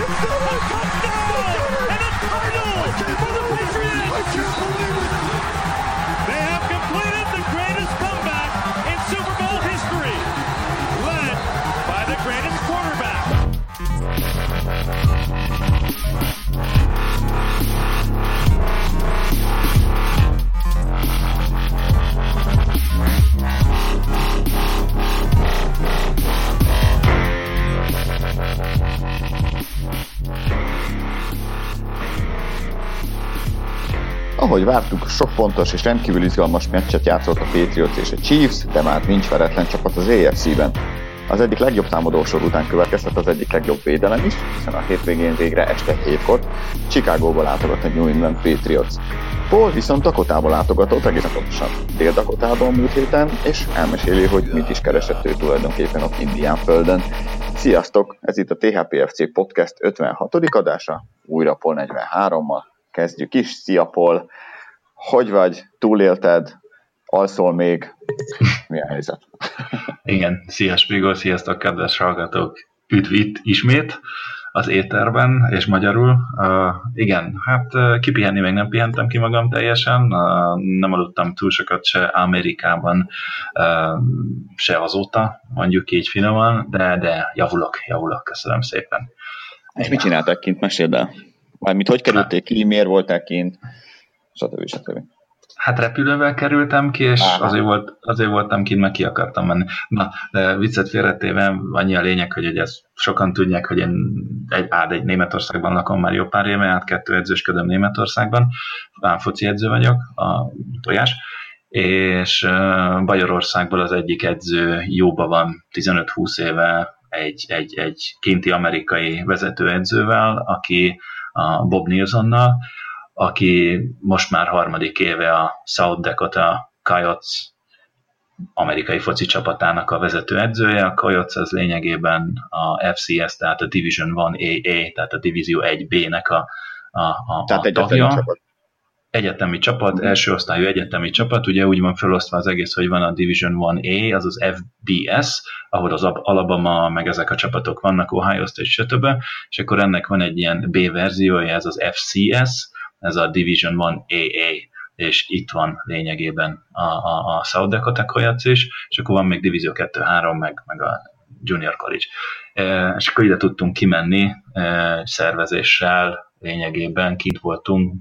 Ahogy vártuk, sok pontos és rendkívül izgalmas meccset játszott a Patriots és a Chiefs, de már nincs veretlen csapat az AFC-ben. Az egyik legjobb támadósor után következett az egyik legjobb védelem is, hiszen a hétvégén végre este 7-kor Chicagóba látogat a New England Patriots. Paul viszont Dakotába látogatott, egészen pontosan Dél-Dakotában múlt héten, és elmeséli, hogy mit is keresett ő tulajdonképpen ott Indián földön. Sziasztok! Ez itt a THPFC Podcast 56. adása, újra Paul 43-mal. Kezdjük is. Szia, Paul! Hogy vagy? Túlélted? Alszol még? Mi a helyzet? Igen, szia Spigol, sziasztok, kedves hallgatók! Üdv itt ismét az éterben, és magyarul. Igen, hát kipihenni még nem pihentem ki magam teljesen, nem aludtam túl sokat se Amerikában, se azóta, mondjuk így finoman, de javulok, köszönöm szépen. És mit csináltak kint? Meséld el! Mármint hogy kerülték ki, miért voltak kint, stb. Hát repülővel kerültem ki, és azért voltam kint, meg ki akartam menni. Na, de viccet félretéve, annyi a lényeg, hogy ezt sokan tudják, hogy én egy Németországban lakom már jó pár éve, át 2 edzősködöm Németországban, foci edző vagyok, a Tojás, és Bajorországból az egyik edző jóba van 15-20 éve egy kinti amerikai vezetőedzővel, aki a Bob Nilssonnal, aki most már 3. éve a South Dakota Coyotes amerikai foci csapatának a vezetőedzője. A Coyotes az lényegében a FCS, tehát a Division 1 AA, tehát a Divízió 1B-nek a tagja. Egyetemi csapat, első osztályú egyetemi csapat, ugye úgy van felosztva az egész, hogy van a Division 1A, az az FBS, ahol az Alabama, meg ezek a csapatok vannak, Ohio State, stb. És akkor ennek van egy ilyen B verziója, ez az FCS, ez a Division 1AA, és itt van lényegében a South Dakota Coyotes is, és akkor van még Divízió 2-3, meg a Junior College. És akkor ide tudtunk kimenni szervezéssel, lényegében kint voltunk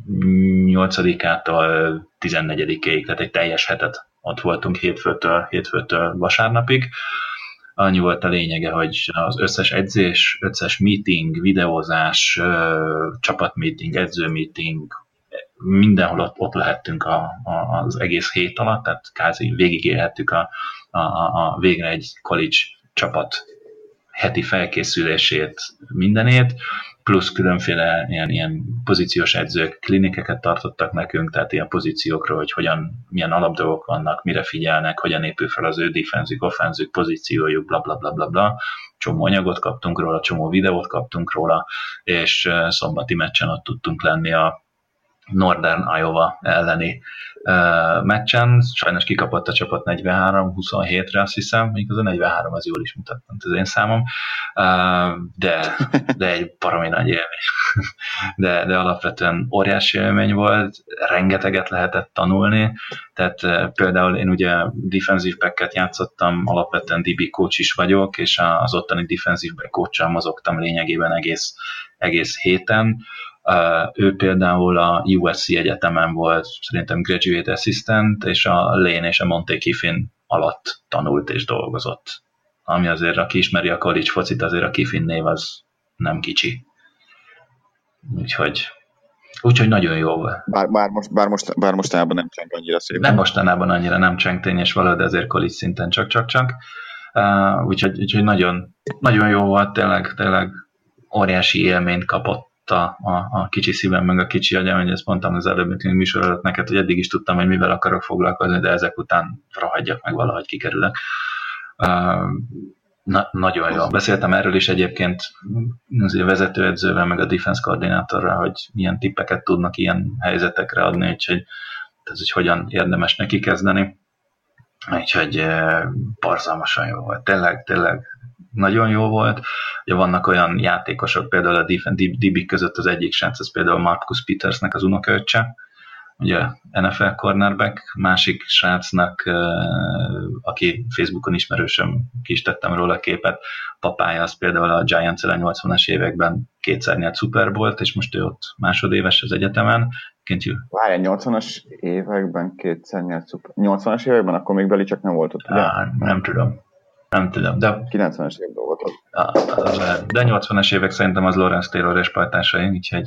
8-ától 14-ig, tehát egy teljes hetet ott voltunk hétfőtől vasárnapig. Annyi volt a lényege, hogy az összes edzés, összes meeting, videózás, csapatmeeting, edzőmeeting, mindenhol ott lehettünk az egész hét alatt, tehát kázi végigélhettük a végre egy college csapat heti felkészülését, mindenét, plusz különféle ilyen pozíciós edzők klinikeket tartottak nekünk, tehát ilyen pozíciókról, hogy milyen alapdolgok vannak, mire figyelnek, hogyan épül fel az ő defenzív, offenzív pozíciójuk, bla. Csomó anyagot kaptunk róla, csomó videót kaptunk róla, és szombati meccsen ott tudtunk lenni a Northern Iowa elleni meccsen. Sajnos kikapott a csapat 43-27-re, azt hiszem, mondjuk az a 43 az jól is mutat, mint az én számom, de egy baromi nagy élmény. De alapvetően óriási élmény volt, rengeteget lehetett tanulni, tehát például én ugye defensive back-et játszottam, alapvetően DB coach is vagyok, és az ottani defensive back coach-sal mozogtam lényegében egész héten. Ő például a USC egyetemen volt, szerintem graduate assistant, és a Lane és a Monte Kiffin alatt tanult és dolgozott. Ami azért, aki ismeri a college focit, azért a Kiffin név az nem kicsi. Úgyhogy nagyon jó volt. Bár mostanában nem cseng annyira szép. Nem mostanában annyira nem cseng és valahogy azért college szinten csak. Úgyhogy nagyon, nagyon jó volt, tényleg óriási élményt kapott a kicsi szívem, meg a kicsi agyam, hogy ezt mondtam az előbb, mint műsor előtt neked, hogy eddig is tudtam, hogy mivel akarok foglalkozni, de ezek után rohadjak meg valahogy kikerülök. Nagyon jó. Beszéltem erről is egyébként az a vezetőedzővel, meg a defense koordinátorral, hogy milyen tippeket tudnak ilyen helyzetekre adni, úgyhogy hogyan érdemes neki kezdeni. Úgyhogy borzalmasan jó volt. Tényleg nagyon jó volt. Ugye vannak olyan játékosok, például a DB között az egyik srác, az például Marcus Petersnek az unokaöccse, ugye NFL cornerback, másik srácnak, aki Facebookon ismerősöm, ki is tettem róla a képet, papája az például a Giants-el 80-as években kétszer nyert Super Bowl-t, és most ő ott másodéves az egyetemen. Várj, 80-as években kétszer nyert Super 80-as években? Akkor még Belichick nem volt ott, ugye? Nem tudom, de 90-es években volt ott. De 80-as évek szerintem az Lawrence Taylor és pajtásai,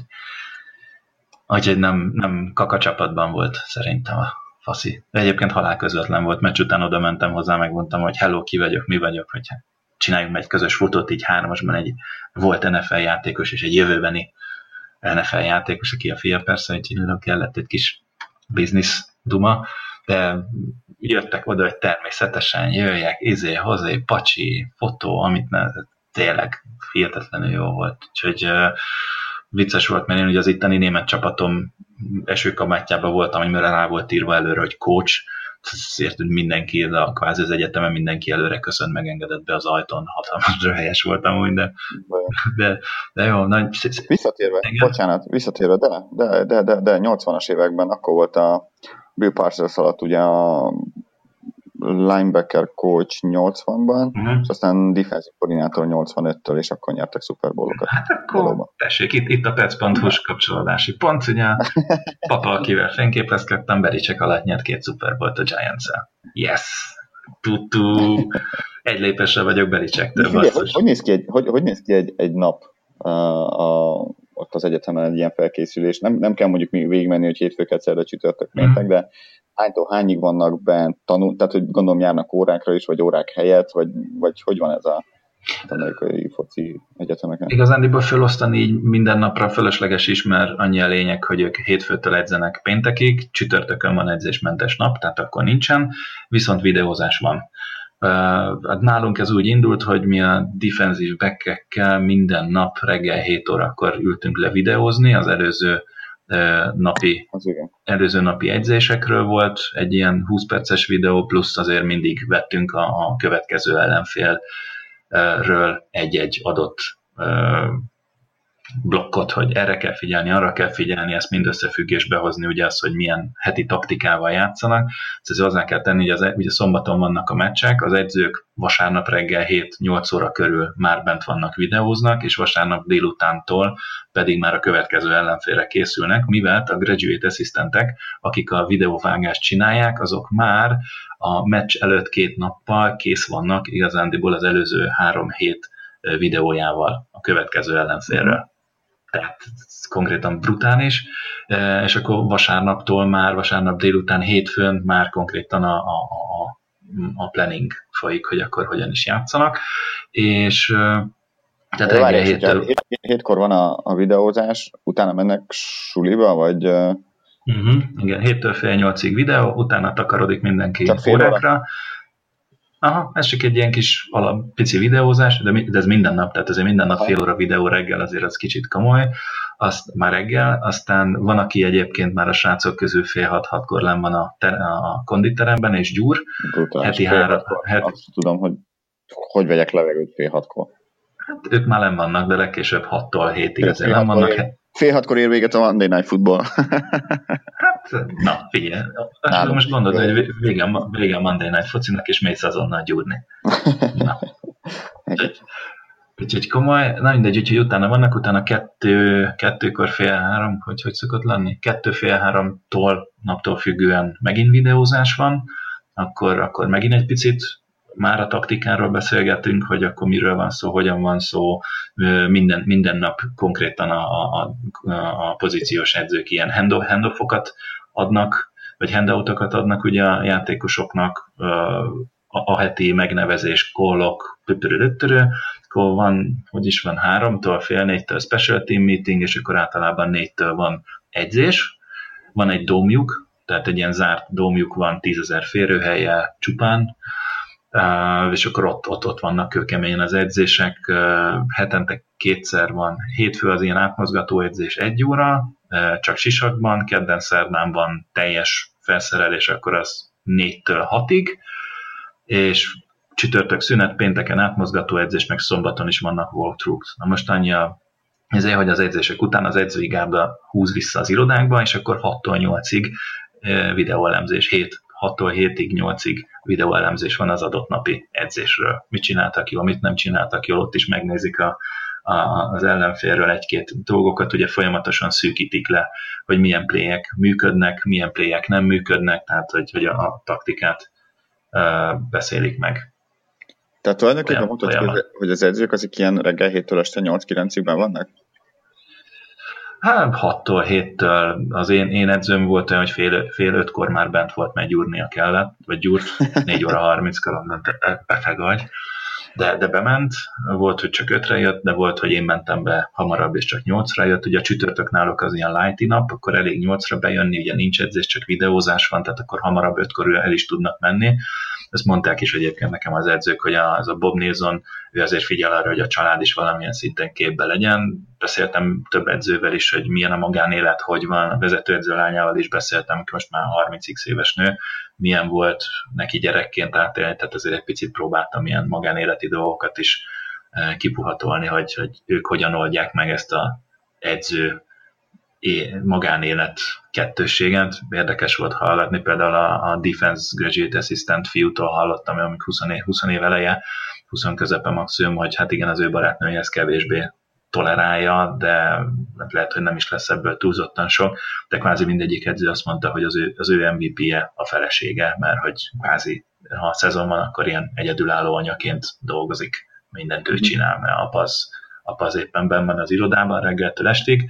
úgyhogy nem kakacsapatban volt szerintem a faszi. De egyébként halálközvetlen volt, meccs után oda mentem hozzá, megmondtam, hogy hello, ki vagyok, mi vagyok, hogy csináljunk egy közös futót, így hármasban egy volt NFL játékos és egy jövőbeni NFL játékos, aki a fia persze, úgyhogy kellett egy kis biznisz duma, de jöttek oda, hogy természetesen jöjjek, hozé, pacsi, fotó, amit tényleg hihetetlenül jó volt. Úgyhogy vicces volt, mert én ugye az itteni német csapatom esőkabátjában voltam, amire rá volt írva előre, hogy coach, ezért mindenki, kvázi az egyetemen mindenki előre köszönt, megengedett be az ajtón, hatalmas röhelyes voltam úgy, de jó. Visszatérve, de 80-as években akkor volt a Bill Parcells alatt ugye a linebacker coach 80-ban, és aztán defensive koordinátor 85-től, és akkor nyertek Super Bowl-okat. Hát akkor tessék, itt a Pec.hu-s kapcsolódási pont, ugye papa, akivel fényképezkedtem, Belichick alatt nyert 2 Super Bowl-t a Giants-el. Yes! Egy lépésre vagyok Belichicktől, basszus. Hogy néz ki egy nap ott az egyetemen egy ilyen felkészülés? Nem kell mondjuk még végigmenni, hogy hétfőket, szerdán, csütörtök, péntek, de hánytól hányig vannak bent tanul, tehát hogy gondolom járnak órákra is, vagy órák helyett, vagy hogy van ez a amerikai foci egyetemeken? Igazándiból felosztani így minden napra fölösleges is, mert annyi a lényeg, hogy ők hétfőtől edzenek péntekig, csütörtökön van edzésmentes nap, tehát akkor nincsen, viszont videózás van. Nálunk ez úgy indult, hogy mi a defensív back-ekkel minden nap reggel 7 órakor ültünk le videózni, az előző napi edzésekről volt egy ilyen 20 perces videó, plusz azért mindig vettünk a következő ellenfélről egy-egy adott blokkot, hogy erre kell figyelni, arra kell figyelni, ezt mind összefüggésbe hozni, ugye az, hogy milyen heti taktikával játszanak. Ezzel hozzá kell tenni, hogy ugye szombaton vannak a meccsek, az edzők vasárnap reggel 7-8 óra körül már bent vannak, videóznak, és vasárnap délutántól pedig már a következő ellenfélre készülnek, mivel a graduate assistantek, akik a videóvágást csinálják, azok már a meccs előtt 2 nappal kész vannak igazándiból az előző 3 hét videójával a következő ellenfélről. Tehát ez konkrétan brutális, és akkor vasárnap délután, hétfőn már konkrétan a planning folyik, hogy akkor hogyan is játszanak, és tehát reggel hétkor van a videózás, utána mennek suliba, vagy... Igen, 7-től fél 8-ig videó, utána takarodik mindenki órákra. Aha, ez csak egy ilyen kis pici videózás, de ez minden nap, tehát azért minden nap fél óra videó reggel, azért az kicsit komoly, azt már reggel, aztán van, aki egyébként már a srácok közül fél 6-6-kor lenn van a konditeremben, és gyúr. Heti 3. Azt tudom, hogy vegyek levegőt fél 6-kor. Hát ők már lenn vannak, de legkésőbb 6-tól 7-ig azért lenn vannak. Fél 6-kor ér véget a Monday Night Football. Hát, na, figyelj. Most gondolod, hogy vége a Monday Night focinak, és mész azonnal gyúrni. Na. Úgyhogy komoly, na mindegy, úgyhogy utána vannak, utána 2-kor fél 3, hogy szokott lenni? 2-3-tól naptól függően megint videózás van, akkor megint egy picit már a taktikáról beszélgetünk, hogy akkor miről van szó, hogyan van szó, minden nap konkrétan a pozíciós edzők ilyen handoff-okat adnak, vagy handoutokat adnak ugye a játékosoknak, a heti megnevezés, call-ok, akkor van, 3-től fél 4-től special team meeting, és akkor általában 4-től van edzés, van egy dómjuk, tehát egy ilyen zárt dómjuk van 10 000 férőhellyel csupán, és akkor ott vannak kőkeményen az edzések, hetente 2-szer van, hétfő az ilyen átmozgató edzés 1 óra, csak sisakban, kedden szerdán van teljes felszerelés, akkor az 4-től 6-ig, és csütörtök szünet, pénteken átmozgató edzés, meg szombaton is vannak walkthroughs. Na most annyi ezért, hogy az edzések után az edzői gárda húz vissza az irodákba, és akkor 6-tól 8-ig videóelemzés, 6-tól 7-ig, 8-ig videóelemzés van az adott napi edzésről. Mit csináltak jól, mit nem csináltak jól, ott is megnézik az ellenfélről egy-két dolgokat, ugye folyamatosan szűkítik le, hogy milyen playek működnek, milyen playek nem működnek, tehát hogy a taktikát beszélik meg. Tehát tulajdonképpen mondtad, hogy az edzők azok ilyen reggel 7-től este 8-9-ig vannak? Hát 6-tól 7-től az én edzőm volt olyan, hogy fél 5-kor már bent volt, mert gyúrnia kellett, vagy gyúrt, 4 óra 30-kor beteg vagy. De bement, volt, hogy csak 5-re jött, de volt, hogy én mentem be hamarabb, és csak 8-ra jött. Ugye a csütörtök náluk az ilyen lighty nap, akkor elég 8-ra bejönni, ugye nincs edzés, csak videózás van, tehát akkor hamarabb 5-kor el is tudnak menni. Ezt mondták is egyébként nekem az edzők, hogy az a Bob Nilsson, ő azért figyel arra, hogy a család is valamilyen szinten képbe legyen. Beszéltem több edzővel is, hogy milyen a magánélet, hogy van, a vezetőedző lányával is beszéltem, most már 30x éves nő, milyen volt neki gyerekként átélni, tehát azért egy picit próbáltam ilyen magánéleti dolgokat is kipuhatolni, hogy ők hogyan oldják meg ezt a edző magánélet kettősséget. Érdekes volt hallgatni, például a Defense Graduate Assistant fiútól hallottam, amik 20 év eleje, 20 közepe maximum, hogy hát igen, az ő barátnője ezt kevésbé tolerálja, de lehet, hogy nem is lesz ebből túlzottan sok, de kvázi mindegyik edző azt mondta, hogy az ő MVP-je a felesége, mert hogy kvázi ha a szezon van, akkor ilyen egyedülálló anyaként dolgozik, mindent ő csinál, mert apa az éppen benn van az irodában reggeltől estig.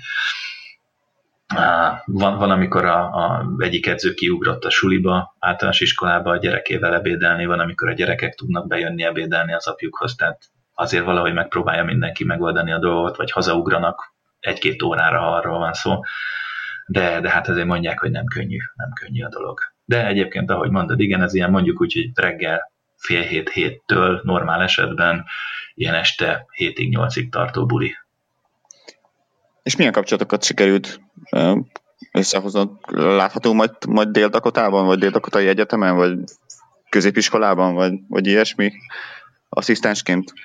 Van amikor egyik edző kiugrott a suliba, általános iskolába a gyerekével ebédelni, van, amikor a gyerekek tudnak bejönni ebédelni az apjukhoz, tehát azért valahogy megpróbálja mindenki megoldani a dolgot, vagy hazaugranak 1-2 órára, ha arról van szó. De hát azért mondják, hogy nem könnyű a dolog. De egyébként, ahogy mondod, igen, ez ilyen mondjuk úgy, hogy reggel 6:30-7-től normál esetben ilyen este 7-8-ig tartó buli. És milyen kapcsolatokat sikerült összehoznod? Látható majd Dél-Dakotában, vagy Dél-Dakotai Egyetemen, vagy középiskolában, vagy ilyesmi asszisztensként?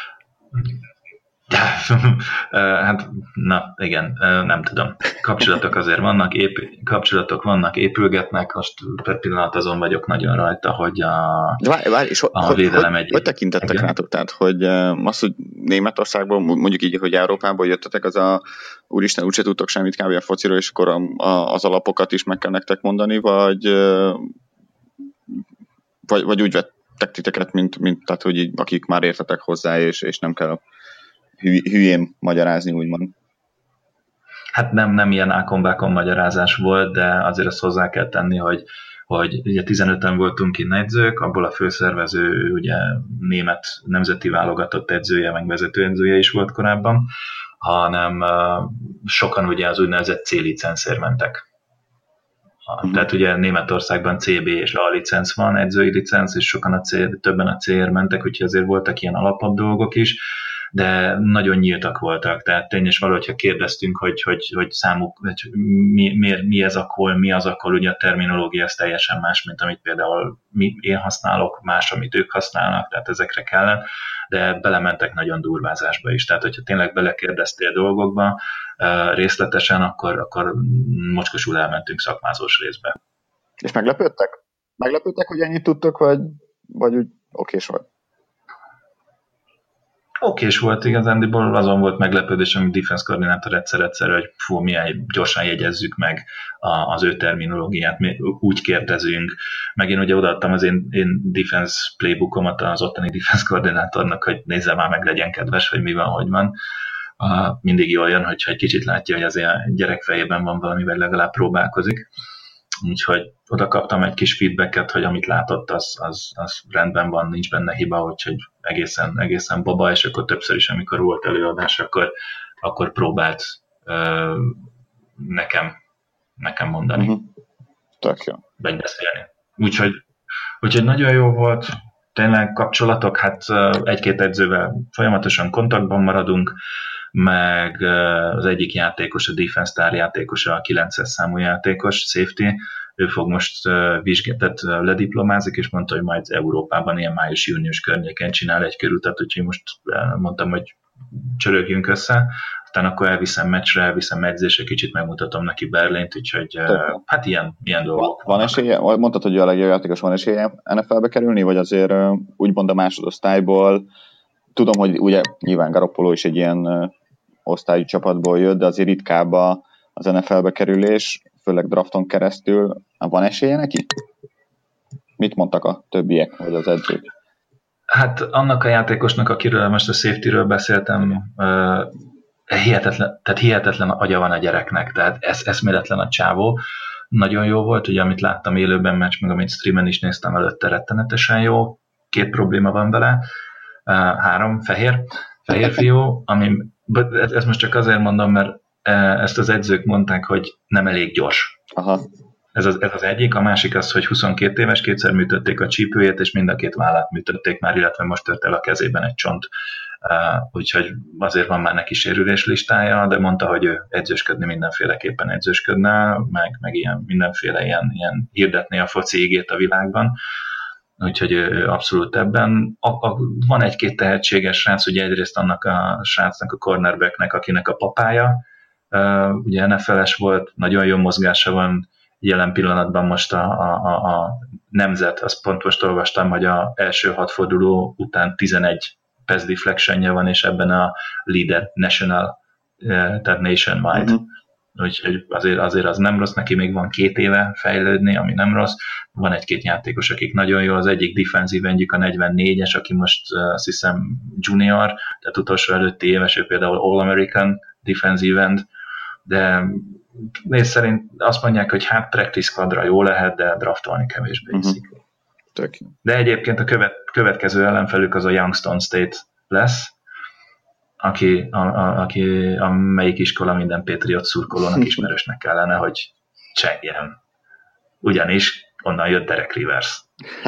Hát, na igen, nem tudom. Kapcsolatok azért vannak, épülgetnek, most per pillanat azon vagyok nagyon rajta, hogy Várj, és a védelem hogy tekintettek rátok? Tehát, hogy az, hogy Németországból, mondjuk így, hogy Európából jöttetek, az úristen, úgyse tudtok semmit kb. A fociról, és akkor az alapokat is meg kell nektek mondani, vagy úgy vettek titeket, mint tehát, hogy így, akik már értetek hozzá, és nem kell hülyén magyarázni, úgymond. Hát nem ilyen ákombákon magyarázás volt, de azért azt hozzá kell tenni, hogy ugye 15-en voltunk innen edzők, abból a főszervező ugye német nemzeti válogatott edzője, meg vezetőedzője is volt korábban, hanem sokan ugye az úgynevezett C-licenszért mentek. Tehát ugye Németországban CB és A licenc van, edzői licenc, és sokan többen a C-ért mentek, úgyhogy azért voltak ilyen alapabb dolgok is, de nagyon nyíltak voltak, tehát tény és valahogy, ha kérdeztünk, hogy számuk, hogy mi ez a call, mi az a call, ugye a terminológia az teljesen más, mint amit például én használok, más, amit ők használnak, tehát ezekre kellett, de belementek nagyon durvázásba is, tehát hogyha tényleg belekérdeztél dolgokba részletesen, akkor mocskosul elmentünk szakmázós részbe. És meglepődtek? Meglepődtek, hogy ennyit tudtok, vagy úgy okés volt? Okés volt igazándiból, azon volt meglepődés, amit defense koordinátor egyszer, hogy milyen gyorsan jegyezzük meg az ő terminológiát, mi úgy kérdezünk. Meg én ugye odaadtam az én defense playbookomat az ottani defense koordinátornak, hogy nézze már meg, legyen kedves, hogy mi van, hogy van. Mindig jól jön, hogyha egy kicsit látja, hogy azért a gyerek fejében van valami, vagy legalább próbálkozik. Úgyhogy oda kaptam egy kis feedbacket, hogy amit látott, az rendben van, nincs benne hiba, úgyhogy egészen baba, és akkor többször is, amikor volt előadás, akkor próbált nekem mondani. Tök jó. Vagy beszélni. Úgyhogy nagyon jó volt, tényleg kapcsolatok, hát egy-két edzővel folyamatosan kontaktban maradunk, meg az egyik játékos, a defense star játékos, a 9-es számú játékos, safety, ő fog most tehát lediplomázik, és mondta, hogy majd Európában ilyen május-június környéken csinál egy körútat, úgyhogy most mondtam, hogy csörögjünk össze, aztán akkor elviszem meccsre, elviszem edzésre, kicsit megmutatom neki Berlint, úgyhogy hát ilyen dolgok. Van esélye? Mondtad, hogy a legjobb játékos, van esélye NFL-be kerülni, vagy azért úgymond a másodosztályból? Tudom, hogy ugye nyilván Garoppolo is egy ilyen osztályú csapatból jött, de azért ritkább az NFL-be kerülés, főleg drafton keresztül. Van esélye neki? Mit mondtak a többiek, vagy az edzők? Hát annak a játékosnak, akiről most a safety-ről beszéltem, hihetetlen agya van a gyereknek, tehát eszméletlen a csávó. Nagyon jó volt, ugye amit láttam élőben meccs, meg amit streamen is néztem előtte, rettenetesen jó. 2 probléma van vele, 3 fehér fiú, ezt most csak azért mondom, mert ezt az edzők mondták, hogy nem elég gyors. Aha. Ez az egyik, a másik az, hogy 22 éves, 2-szer műtötték a csípőjét, és mind a 2 vállát műtötték már, illetve most tört el a kezében egy csont. Úgyhogy azért van már neki sérülés listája, de mondta, hogy ő edzősködni mindenféleképpen edzősködne, meg ilyen mindenféle ilyen hirdetné a foci igét a világban. Úgyhogy abszolút ebben. Van egy-két tehetséges srác, ugye egyrészt annak a srácnak, a cornerbacknek, akinek a papája, ugye NFL-es volt, nagyon jó mozgása van, jelen pillanatban most a nemzet, azt pont most olvastam, hogy az első 6 forduló után 11 pass deflectionje van, és ebben a leader national, tehát nationwide. Úgyhogy azért az nem rossz, neki még van 2 éve fejlődni, ami nem rossz. Van egy-két játékos, akik nagyon jó, az egyik defensive endjük a 44-es, aki most azt hiszem junior, tehát utolsó előtti éves, ő például All-American defensive end, de néz szerint azt mondják, hogy hát practice squadra jó lehet, de draftolni kevésbé hiszik. De egyébként a következő ellenfelük az a Youngstown State lesz, amelyik iskola minden Patriot szurkolónak ismerősnek kellene, hogy csengjen. Ugyanis onnan jött Derek Rivers.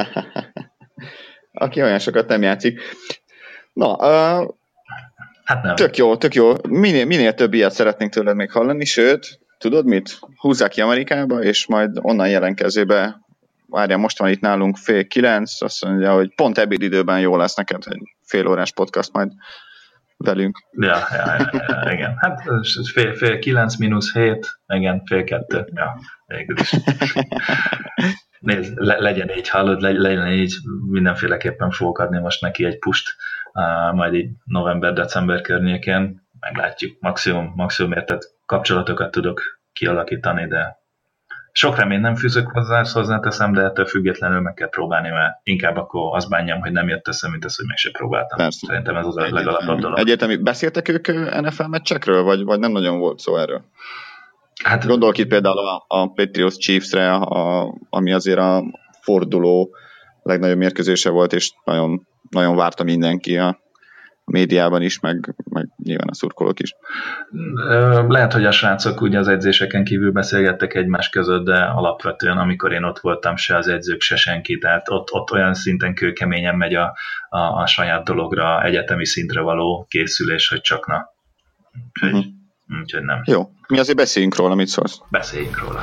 Aki olyan sokat nem játszik. Na, hát nem. Tök jó. Minél több ilyet szeretnénk tőled még hallani, sőt, tudod mit? Húzzák ki Amerikába, és majd onnan jelentkezőbe, várjál, most van itt nálunk 8:30, azt mondja, hogy pont ebédidőben jó lesz neked egy félórás podcast majd velünk. Ja, igen. Hát 8:30 - 7, igen, 1:30. Ja, végül is. Nézd, legyen így, hallod, legyen így, mindenféleképpen fogok adni most neki egy pust, majd így november-december környékén, meglátjuk, maximum érted kapcsolatokat tudok kialakítani, de sok reményt nem fűzök hozzáteszem, de ettől függetlenül meg kell próbálni, mert inkább akkor azt bánjam, hogy nem jött össze, mint az, hogy meg se próbáltam. Persze. Szerintem ez az a legalapabb dolog. Egyértelmű. Beszéltek ők NFL meccsekről, vagy nem nagyon volt szó erről? Hát, gondolok itt például a Patriots Chiefs-re, ami azért a forduló legnagyobb mérkőzése volt, és nagyon, nagyon várta mindenki a médiában is, meg nyilván a szurkolók is. Lehet, hogy a srácok ugye az edzéseken kívül beszélgettek egymás között, de alapvetően, amikor én ott voltam, se az edzők, se senki, tehát ott olyan szinten kőkeményen megy a saját dologra, egyetemi szintre való készülés, hogy csak na. Úgyhogy nem. Jó, mi azért beszéljünk róla, mit szólsz? Beszéljünk róla.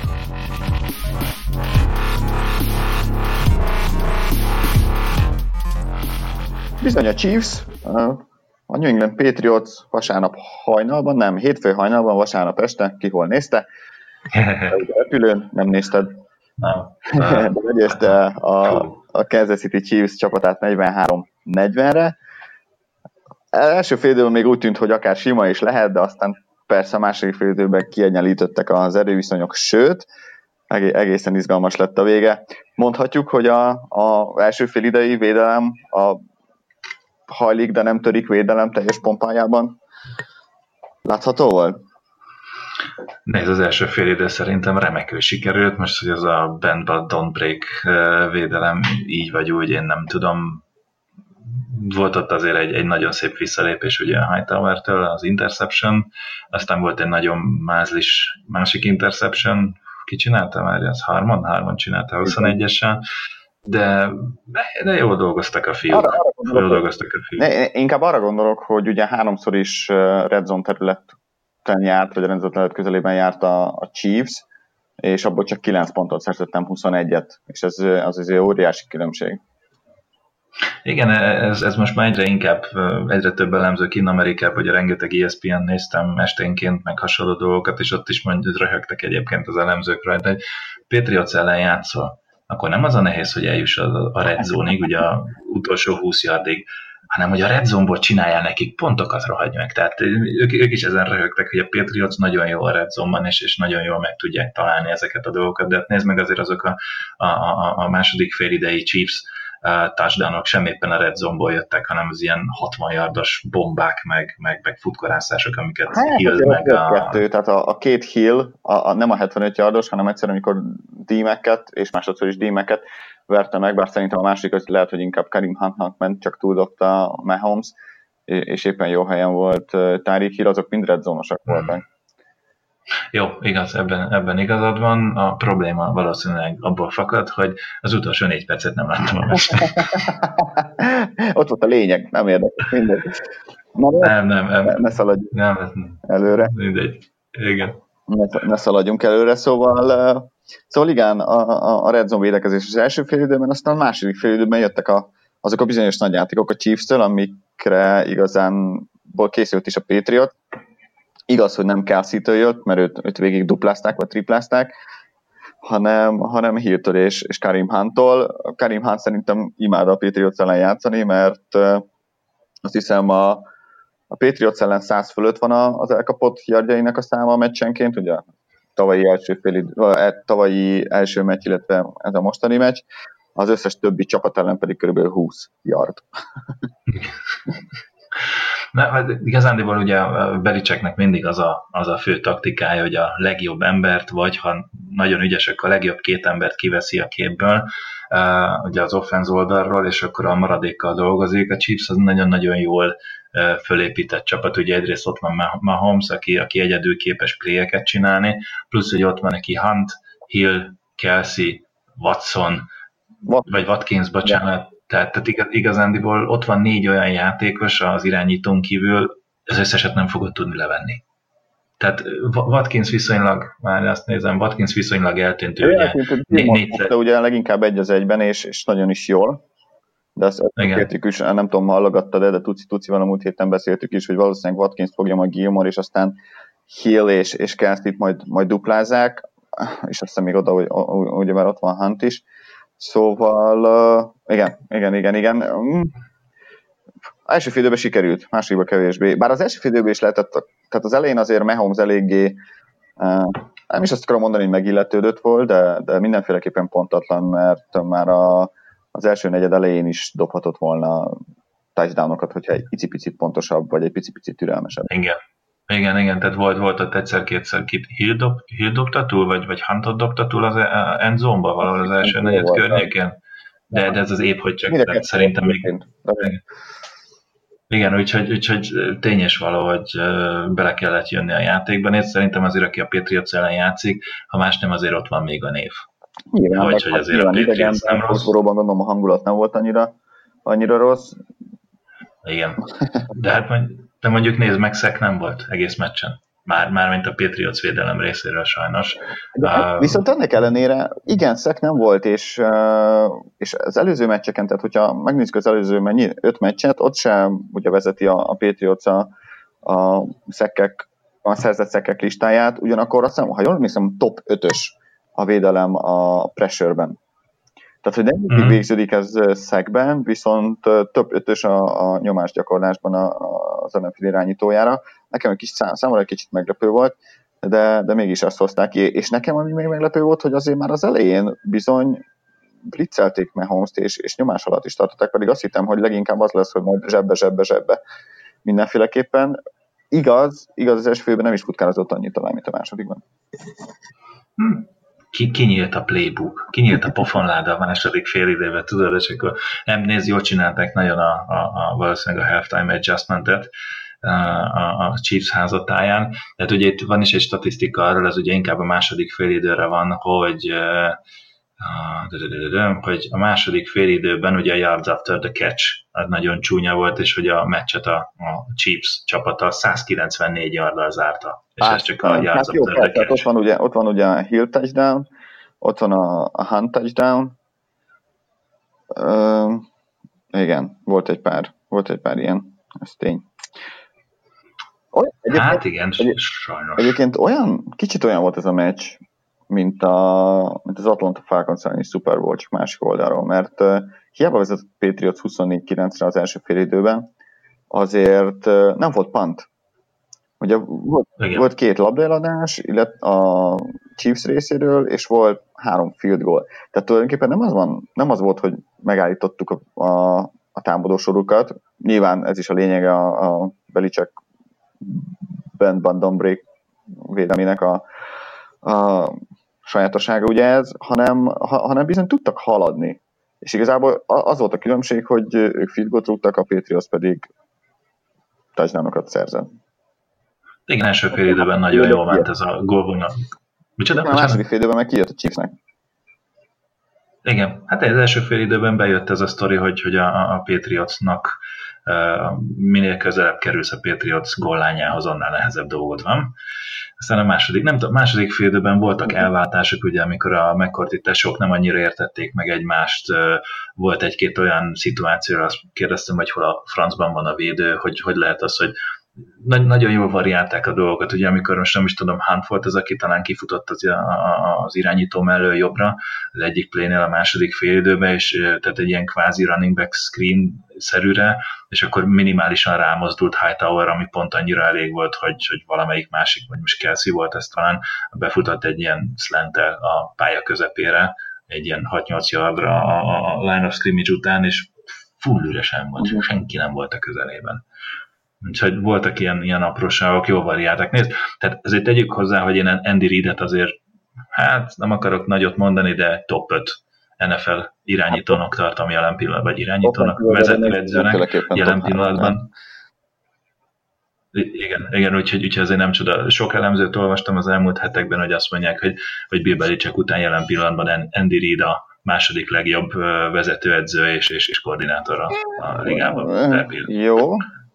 Bizony a Chiefs, a New England Patriots vasárnap hajnalban, nem, hétfő hajnalban, vasárnap este, ki hol nézte? Repülőn, nem nézted? Nem. De megnézte a Kansas City Chiefs csapatát 43-40-re. Első fél időben még úgy tűnt, hogy akár sima is lehet, de aztán persze a második fél időben kiegyenlítődtek az erőviszonyok, sőt, egészen izgalmas lett a vége. Mondhatjuk, hogy az első fél idei védelem, a hajlik, de nem törik védelem teljes pompájában látható volt? Nézd, az első fél idő szerintem remekül sikerült, most, hogy az a bend but don't break védelem így vagy úgy, én nem tudom. Volt ott azért egy nagyon szép visszalépés ugye a Hightower-től, az interception, aztán volt egy nagyon mázlis másik interception, ki csinálta már? Az Harmon csinálta 21-esen, de jól dolgoztak a fiúk. Inkább arra gondolok, hogy ugye háromszor is red zone területen járt, vagy a red zone terület közelében járt a Chiefs, és abból csak 9 pontot szerzettem 21-et, és ez azért óriási különbség. Igen, ez most már egyre több elemző kinn Amerikában, hogy a rengeteg ESPN néztem esténként, meg hasonló dolgokat, és ott is mondjuk röhögtek egyébként az elemzők rajta, hogy Patriots ellen játszol, akkor nem az a nehéz, hogy eljuss a red zone-ig, ugye a utolsó 20 yardig, hanem hogy a red zone-ból csináljál nekik pontokat, rohagy meg. Tehát ők is ezen röhögtek, hogy a Patriots nagyon jó a red zone-ban, és nagyon jól meg tudják találni ezeket a dolgokat, de nézd meg azért azok a második félidei Chiefs touchdownok sem éppen a red zone-ból jöttek, hanem az ilyen 60 yardos bombák, meg futkorászások, amiket Hill meg tehát a két Hill, nem a 75 yardos, hanem egyszerűen, amikor D-meket, és másodszor is D-meket verte meg, bár szerintem a másik az lehet, hogy inkább Kareem Huntnak ment, csak túldobta Mahomes, és éppen jó helyen volt Tyreek Hill, azok mind red zone-osak voltak. Jó, igaz, ebben igazad van. A probléma valószínűleg abból fakad, hogy az utolsó 4 percet nem láttam a meccset. Ott volt a lényeg, nem érdekel, mindegy. Nem. Ne szaladjunk előre. Mindegy, igen. Ne szaladjunk előre, szóval igen, a red zone védekezés az első félidőben, aztán a második félidőben jöttek azok a bizonyos nagy játékok a Chiefs-től, amikre igazán készült is a Patriot. Igaz, hogy nem Kelsey-től jött, mert őt végig duplázták, vagy triplázták, hanem Hill-től és Kareem Hunt-tól. Kareem Hunt szerintem imád a Patriots ellen játszani, mert azt hiszem a Patriots ellen 100 fölött van az elkapott yardjainak a száma a meccsenként, ugye tavalyi első meccs, illetve ez a mostani meccs, az összes többi csapat ellen pedig kb. 20 yard. Igazándiból ugye Belichicknek mindig az a fő taktikája, hogy a legjobb embert, vagy ha nagyon ügyesek, a legjobb 2 embert kiveszi a képből, ugye az offense oldalról, és akkor a maradékkal dolgozik. A Chiefs az nagyon-nagyon jól fölépített csapat, ugye egyrészt ott van Mahomes, aki egyedül képes playeket csinálni, plusz, hogy ott van neki Hunt, Hill, Kelsey, Watson, vagy Watkins, bocsánat, tehát igazándiból ott van 4 olyan játékos az irányítón kívül, az összeset nem fogod tudni levenni. Tehát Watkins viszonylag eltűnt. Ugye leginkább 1-1-ben, és nagyon is jól. De ezt értjük is, nem tudom, hallgattad, de Tucival a múlt héten beszéltük is, hogy valószínűleg Watkins fogja majd Gilmore, és aztán Hill és Kelsey-t majd duplázzák, és aztán még oda, ugye már ott van Hunt is. Szóval, igen. Első félidőben sikerült, másodikban kevésbé. Bár az első félidőben is lehetett, tehát az elején azért Mahomes eléggé, nem is azt akarom mondani, hogy megilletődött volt, de mindenféleképpen pontatlan, mert már az első negyed elején is dobhatott volna touchdownokat, hogyha egy picit pontosabb, vagy egy picit türelmesebb. Igen, tehát volt ott egyszer-kétszer Hill dobta túl, vagy Huntot dobta túl az end zone-ba valahol az első negyed környékén. De ez az épp, hogy csak szerintem még... Igen, úgyhogy tényes valahogy bele kellett jönni a játékban, és szerintem azért, aki a Patriots ellen játszik, ha más nem, azért ott van még a név. Nyilván, hogy azért a Patriots nem rossz. Valóban gondolom, a hangulat nem volt annyira rossz. Igen, de mondjuk nézd meg, sack nem volt egész meccsen. Már mint a Patriots védelem részéről sajnos. Viszont ennek ellenére, igen, sack nem volt, és az előző meccseken, tehát hogyha megnézzük az előző 5 meccset, ott sem ugye vezeti a Patriots a szerzett sackek listáját, ugyanakkor azt hiszem, ha jól emlékszem, top 5-ös a védelem a pressure-ben. Tehát, hogy nem mindig végződik ez sackben, viszont több 5-ös a nyomásgyakorlásban az ellenfél irányítójára. Nekem számomra egy kicsit meglepő volt, de mégis azt hozták ki. És nekem ami még meglepő volt, hogy azért már az elején bizony blitzelték Mahomes-t, és nyomás alatt is tartották, pedig azt hittem, hogy leginkább az lesz, hogy majd zsebbe mindenféleképpen. Igaz, az első félben nem is futkározott annyit talán, mint a másodikban. Kinyílt a playbook, kinyílt a pofonláda a második fél időben, tudod, és akkor nem nézd, jól csinálták nagyon valószínűleg a halftime adjustmentet a Chiefs házatáján. Tehát ugye itt van is egy statisztika arról, ez ugye inkább a második fél időre van, hogy hogy a második félidőben ugye a yards after the catch az nagyon csúnya volt, és hogy a meccset a Chiefs csapata 194 yarddal zárta. És ez csak a yards jó, after the catch. Ott van ugye a Hill touchdown, ott van a Hunt touchdown. Igen, volt egy pár ilyen, ez tény. Hát igen, sajnos. Egyébként kicsit olyan volt ez a meccs, mint az Atlanta Falcons elleni Super Bowl, csak másik oldalról, mert hiába vezetett Patriots 24-9-re az első fél időben, azért nem volt punt. Ugye volt 2 labdaeladás, illetve a Chiefs részéről, és volt 3 field goal. Tehát tulajdonképpen nem az volt, hogy megállítottuk a támadósorukat. Nyilván ez is a lényege a Belichick bend don't break védelmének a sajátossága ugye ez, hanem bizony tudtak haladni. És igazából az volt a különbség, hogy ők field goalt rúgtak, a Patriots pedig touchdownokat szerzett. Igen, első fél időben nagyon jól ment ez a gólvonal. A második fél időben meg kijött a Chiefsnek. Igen, hát az első fél időben bejött ez a sztori, hogy a Patriotsnak minél közelebb kerülsz a Patriots góllányához, annál nehezebb dolgod van. Aztán a második fél időben voltak elváltások, ugye, amikor a McCourty-tesók nem annyira értették meg egymást, volt egy-két olyan szituáció, azt kérdeztem, hogy hol a francban van a védő, hogy lehet az, hogy nagyon jól variálták a dolgokat, ugye amikor most nem is tudom, Hunt volt az, aki talán kifutott az irányító mellől jobbra, az egyik playnél a második félidőben, és tehát egy ilyen kvázi running back screen-szerűre, és akkor minimálisan rámozdult Hightower, ami pont annyira elég volt, hogy valamelyik másik, vagy most Kelsey volt, ez talán befutott egy ilyen slant-tel a pálya közepére, egy ilyen 6-8 yardra a line of scrimmage után, és full üresen volt, senki nem volt a közelében. Úgyhogy voltak ilyen apróságok, jól variáltak. Nézd, tehát ezért tegyük hozzá, hogy én Andy Reid-et azért, hát nem akarok nagyot mondani, de top 5 NFL irányítónak tartom jelen pillanatban, vagy irányítónak, vezetőedzőnek jelen pillanatban. Igen, úgyhogy azért nem csoda. Sok elemzőt olvastam az elmúlt hetekben, hogy azt mondják, hogy Bill Belichick után jelen pillanatban Andy Reid a második legjobb vezetőedző és koordinátor a ligában. Jó.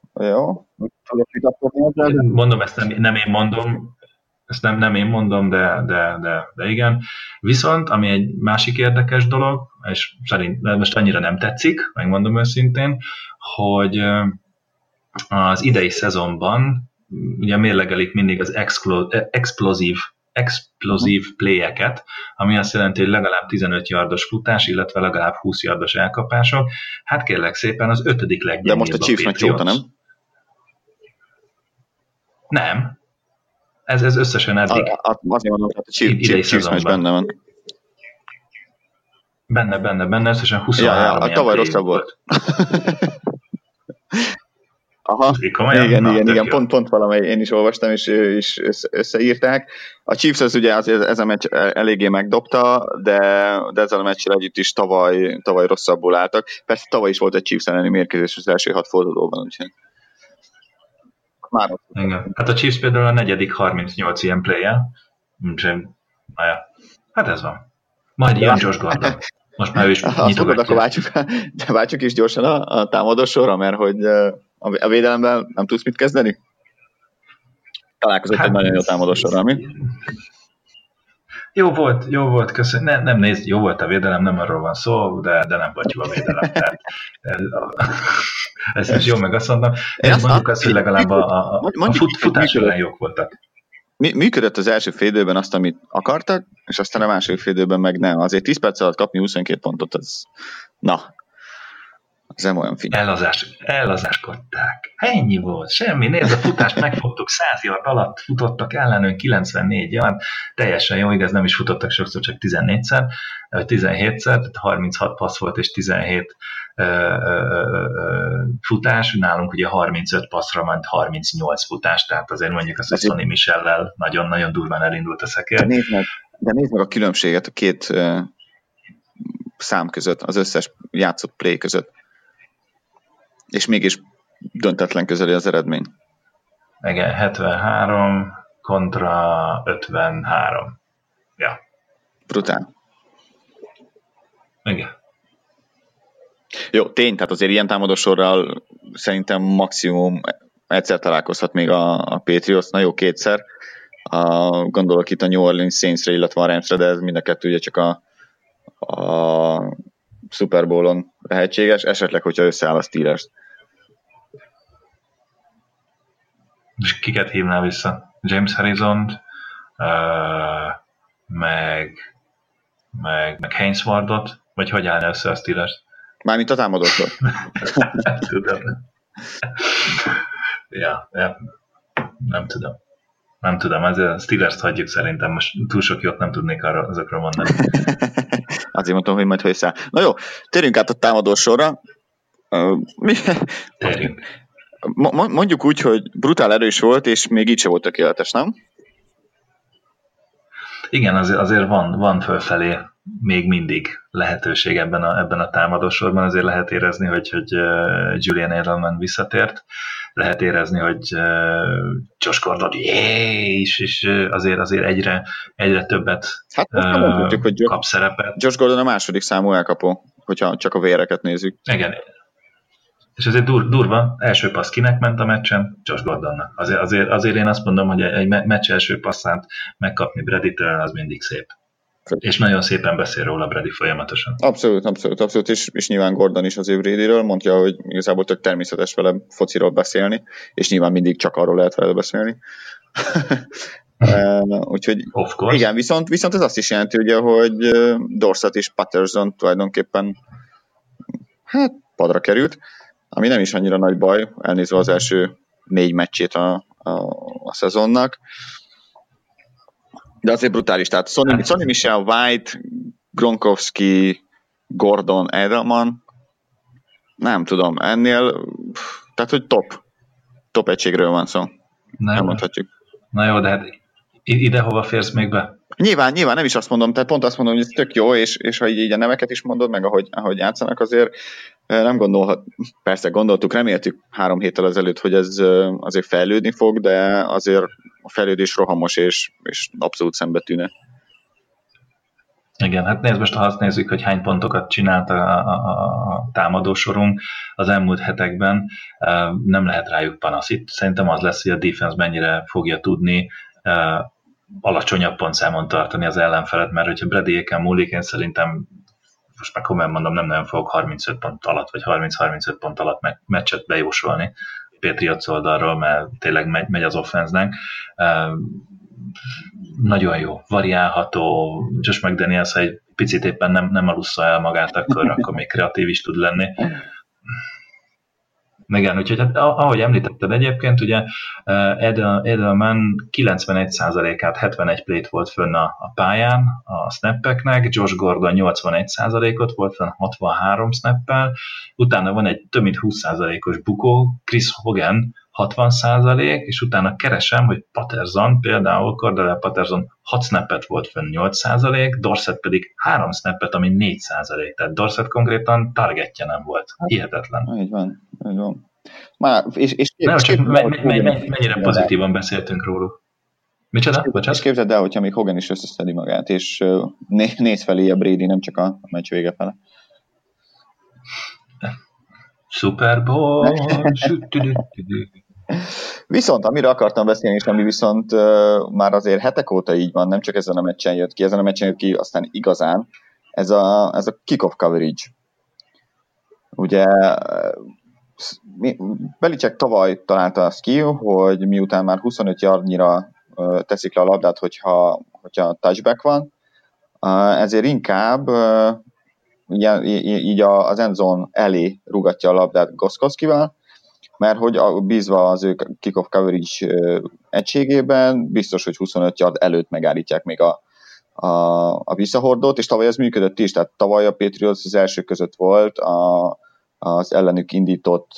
Mondom, ezt nem én mondom, nem én mondom, de igen. Viszont, ami egy másik érdekes dolog, és szerint most annyira nem tetszik, megmondom őszintén, hogy az idei szezonban ugye mérlegelik mindig az explozív playeket, ami azt jelenti, hogy legalább 15 yardos futás, illetve legalább 20 yardos elkapások. Hát kérlek szépen, az 5. leggyengébb. De most a Chiefs meccs óta, nem? Nem. Ez összesen eddig. Azért mondom, hogy a Chiefs meccs benne van. Benne, összesen 23 a tavaly rosszabb volt. Aha, igen, pont valamely én is olvastam, és is összeírták. A Chiefs az ugye ez a meccs eléggé megdobta, de ezzel a meccsel együtt is tavaly rosszabbul álltak. Persze tavaly is volt egy Chiefs elleni mérkőzés az első 6 fordulóban, úgyhogy már ott. Igen. Hát a Chiefs például a 4. 38 ilyen play-je, úgyhogy hát ez van. Majd jön Josh Gordon. Most már ő is nyitogatja. Akkor váltsuk is gyorsan a támadó sorra, mert hogy a védelemben nem tudsz mit kezdeni? Találkozott egy nagyon jó támadó sorra, mi? Jó volt, köszönöm. Nem nézd, jó volt a védelem, nem arról van szó, de nem pattyú a védelem. Tehát, ez is jó, meg azt mondom. Mondjuk azt, hogy legalább a futás ellen jók voltak. Működött az első fél időben azt, amit akartak, és aztán a második fél időben meg nem. Azért 10 perc alatt kapni 22 pontot, az nem olyan figyelme. Ellazáskodták. Ennyi volt, semmi. Nézd, a futást megfogtuk, 100 yard alatt futottak ellenünk, 94 yard, teljesen jó, igaz, nem is futottak sokszor, csak 14-szer, 17-szer, tehát 36 passz volt, és 17 futás, nálunk ugye 35 passzra ment 38 futás, tehát azért mondjuk azt, hogy Sonny Michellel nagyon-nagyon durván elindult a szekér. De nézd meg a különbséget a két szám között, az összes játszott play között. És mégis döntetlen közeli az eredmény. Igen, 73 kontra 53. Ja. Brutál. Igen. Jó, tény, tehát azért ilyen támadósorral szerintem maximum egyszer találkozhat még a Patriots, na jó, kétszer. Gondolok itt a New Orleans Saints-re, illetve a Ramsre, de ez mind a kettő ugye csak a Super Bowl-on lehetséges, esetleg, hogyha összeáll a Steelers. És kiket hívnál vissza? James Harrison-t, meg Haynes Wardot, vagy hogy állna össze a Steelers? Mármint a támadósor. Tudom. Ja, nem tudom, azért a Steelers-t hagyjuk szerintem, most túl sok jót nem tudnék azokról mondani. Azért mondtam, hogy majd összeáll. Na jó, térjünk át a támadósorra. Térjünk. Mondjuk úgy, hogy brutál erős volt, és még így se volt tökéletes, nem? Igen, azért van fölfelé még mindig lehetőség ebben a támadósorban, azért lehet érezni, hogy Julian Edelman visszatért, lehet érezni, hogy Josh Gordon és azért egyre többet kap szerepet. Josh Gordon a második számú elkapó, hogyha csak a véreket nézzük. Igen. És azért durva, első passz kinek ment a meccsen? Josh Gordonnak. Azért én azt mondom, hogy egy meccs első passzát megkapni Brady-től, az mindig szép. És nagyon szépen beszél róla Brady folyamatosan. Abszolút, és nyilván Gordon is az ő Bradyről mondja, hogy igazából tök természetes vele fociról beszélni, és nyilván mindig csak arról lehet vele beszélni. Úgyhogy igen, viszont ez azt is jelenti, ugye, hogy Dorsett és Patterson tulajdonképpen padra került, ami nem is annyira nagy baj, elnézve az első 4 meccsét a szezonnak. De azért brutális. Tehát Sonny Michel, White, Gronkowski, Gordon, Edelman, nem tudom, ennél, tehát hogy top egységről van szó. Nem mondhatjuk. Na jó, de hát ide hova férsz még be? Nyilván nem is azt mondom, tehát pont azt mondom, hogy ez tök jó, és ha így a neveket is mondod, meg ahogy játszanak, azért nem persze gondoltuk, reméltük 3 héttel ezelőtt, hogy ez azért fejlődni fog, de azért a fejlődés rohamos, és abszolút szembetűnő. Igen, hát nézd most, ha azt nézzük, hogy hány pontokat csinált a támadósorunk az elmúlt hetekben, nem lehet rájuk panasz. Itt szerintem az lesz, hogy a defense mennyire fogja tudni alacsonyabb pontszámon tartani az ellenfelet, mert hogyha Bradyéken múlik, én szerintem most már komolyan mondom, nem nagyon fogok 35 pont alatt, vagy 30-35 pont alatt meccset bejósolni Patriots oldalról, mert tényleg megy az offense-nek. Nagyon jó, variálható, Josh McDaniels, ha egy picit éppen nem alussza el magát, akkor még kreatív is tud lenni. Igen, úgyhogy hát, ahogy említetted egyébként, ugye Edelman 91%-át 71 play-t volt fönn a pályán a snappeknek, Josh Gordon 81%-ot volt fönn 63 snappel, utána van egy több mint 20%-os bukó, Chris Hogan 60%, és utána keresem, hogy Patterson, például Cordell Patterson 6 snappet volt fönn 8%, Dorsett pedig 3 snappet, ami 4%, tehát Dorsett konkrétan targetje nem volt. Hihetetlen. Így van. Már, mennyire pozitívan beszéltünk róluk. Micsoda? És képzeld el, hogyha még Hogan is összeszedi magát, és néz felé a Brady, nem csak a meccs vége fele. Super Bowl! Viszont, amire akartam beszélni, és ami viszont már azért hetek óta így van, nem csak ezen a meccsen jött ki, aztán igazán, ez a kick-off coverage. Ugye Belichick tavaly találta azt ki, hogy miután már 25 yardnyira teszik le a labdát, hogyha touchback van, ezért inkább így az endzone elé rúgatja a labdát Gostkowskival, mert hogy bízva az ő kick-off coverage egységében biztos, hogy 25 yard előtt megállítják még a visszahordót, és tavaly ez működött is, tehát tavaly a Patriots az első között volt az ellenük indított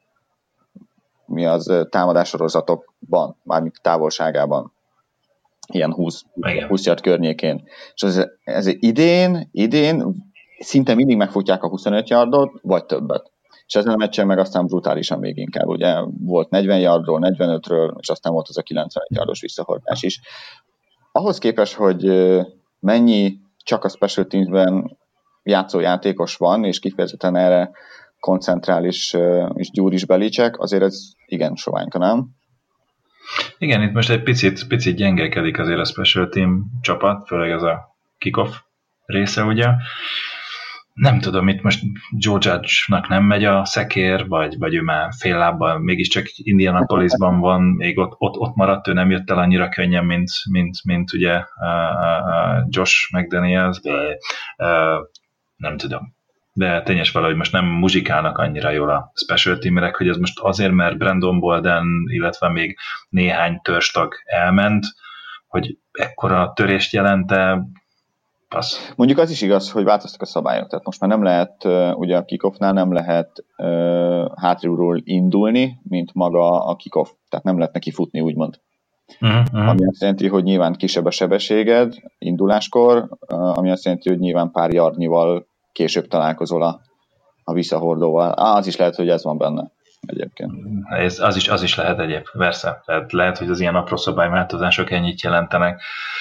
támadássorozatokban, mármint távolságában, ilyen 20 yard környékén. És ez idén szinte mindig megfutják a 25 yardot, vagy többet. És ezen a meccsen meg aztán brutálisan még inkább. Ugye volt 40 yardról, 45-ről, és aztán volt az a 91 yardos visszahordás is. Ahhoz képest, hogy mennyi csak a special teamsben játszójátékos van, és kifejezetten erre koncentrál és gyúr is Belichick, azért ez igen soványka, nem? Igen, itt most egy picit gyengelkedik azért a special team csapat, főleg ez a kickoff része, ugye. Nem tudom, itt most Joe Judge-nak nem megy a szekér, vagy ő már fél lábbal, mégiscsak Indianapolisban van, még ott maradt, ő nem jött el annyira könnyen, mint ugye Josh McDaniels, de nem tudom. De tényes valahogy most nem muzsikálnak annyira jól a special teamerek, hogy ez most azért, mert Brandon Bolden, illetve még néhány törstag elment, hogy ekkora törést jelente, passz. Mondjuk az is igaz, hogy változtak a szabályok, tehát most már nem lehet, ugye a kickoffnál nem lehet hátulról indulni, mint maga a kickoff, tehát nem lehet neki futni, úgymond. Ami azt jelenti, hogy nyilván kisebb a sebességed induláskor, ami azt jelenti, hogy nyilván pár yardnyival később találkozol a visszahordóval. Az is lehet, hogy ez van benne egyébként. Az is lehet egyébként, persze. Tehát lehet, hogy az ilyen apró szabályváltozások ennyit jelentenek.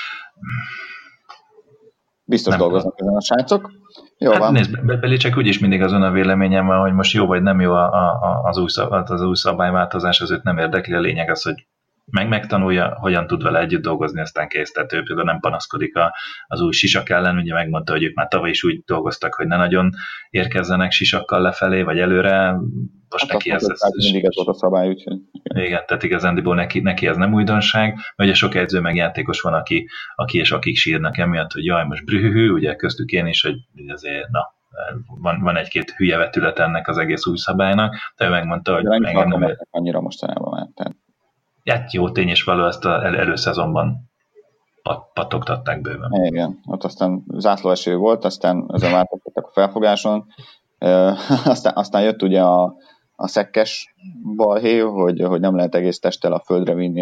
Biztos nem dolgoznak ezen a srácok. Jó hát van. Nézd, Belichick úgyis mindig azon a véleményem van, hogy most jó vagy nem jó az új szabályváltozás, az őt nem érdekli. A lényeg az, hogy megtanulja, hogyan tud vele együtt dolgozni, aztán kész. Tehát ő például nem panaszkodik az új sisak ellen, ugye megmondta, hogy ők már tavaly is úgy dolgoztak, hogy ne nagyon érkezzenek sisakkal lefelé, vagy előre. Most neki ez mindig ez volt a szabály, úgyhogy... Igen, tehát igazándiból neki ez nem újdonság, ugye sok edző meg játékos van, aki és akik sírnak emiatt, hogy jaj, most brühű, ugye köztük én is, hogy azért, van egy-két hülye vetület ennek az egész új szabálynak, de ő megmondta, hogy engem nem annyira mostanában már. Tehát. Hát jó tény és való, ezt az előszezonban pattogtatták bőven. Igen, ott aztán zászlóeső volt, aztán ezen változtattak a felfogáson, aztán jött ugye a szekkes balhé, hogy nem lehet egész testtel a földre vinni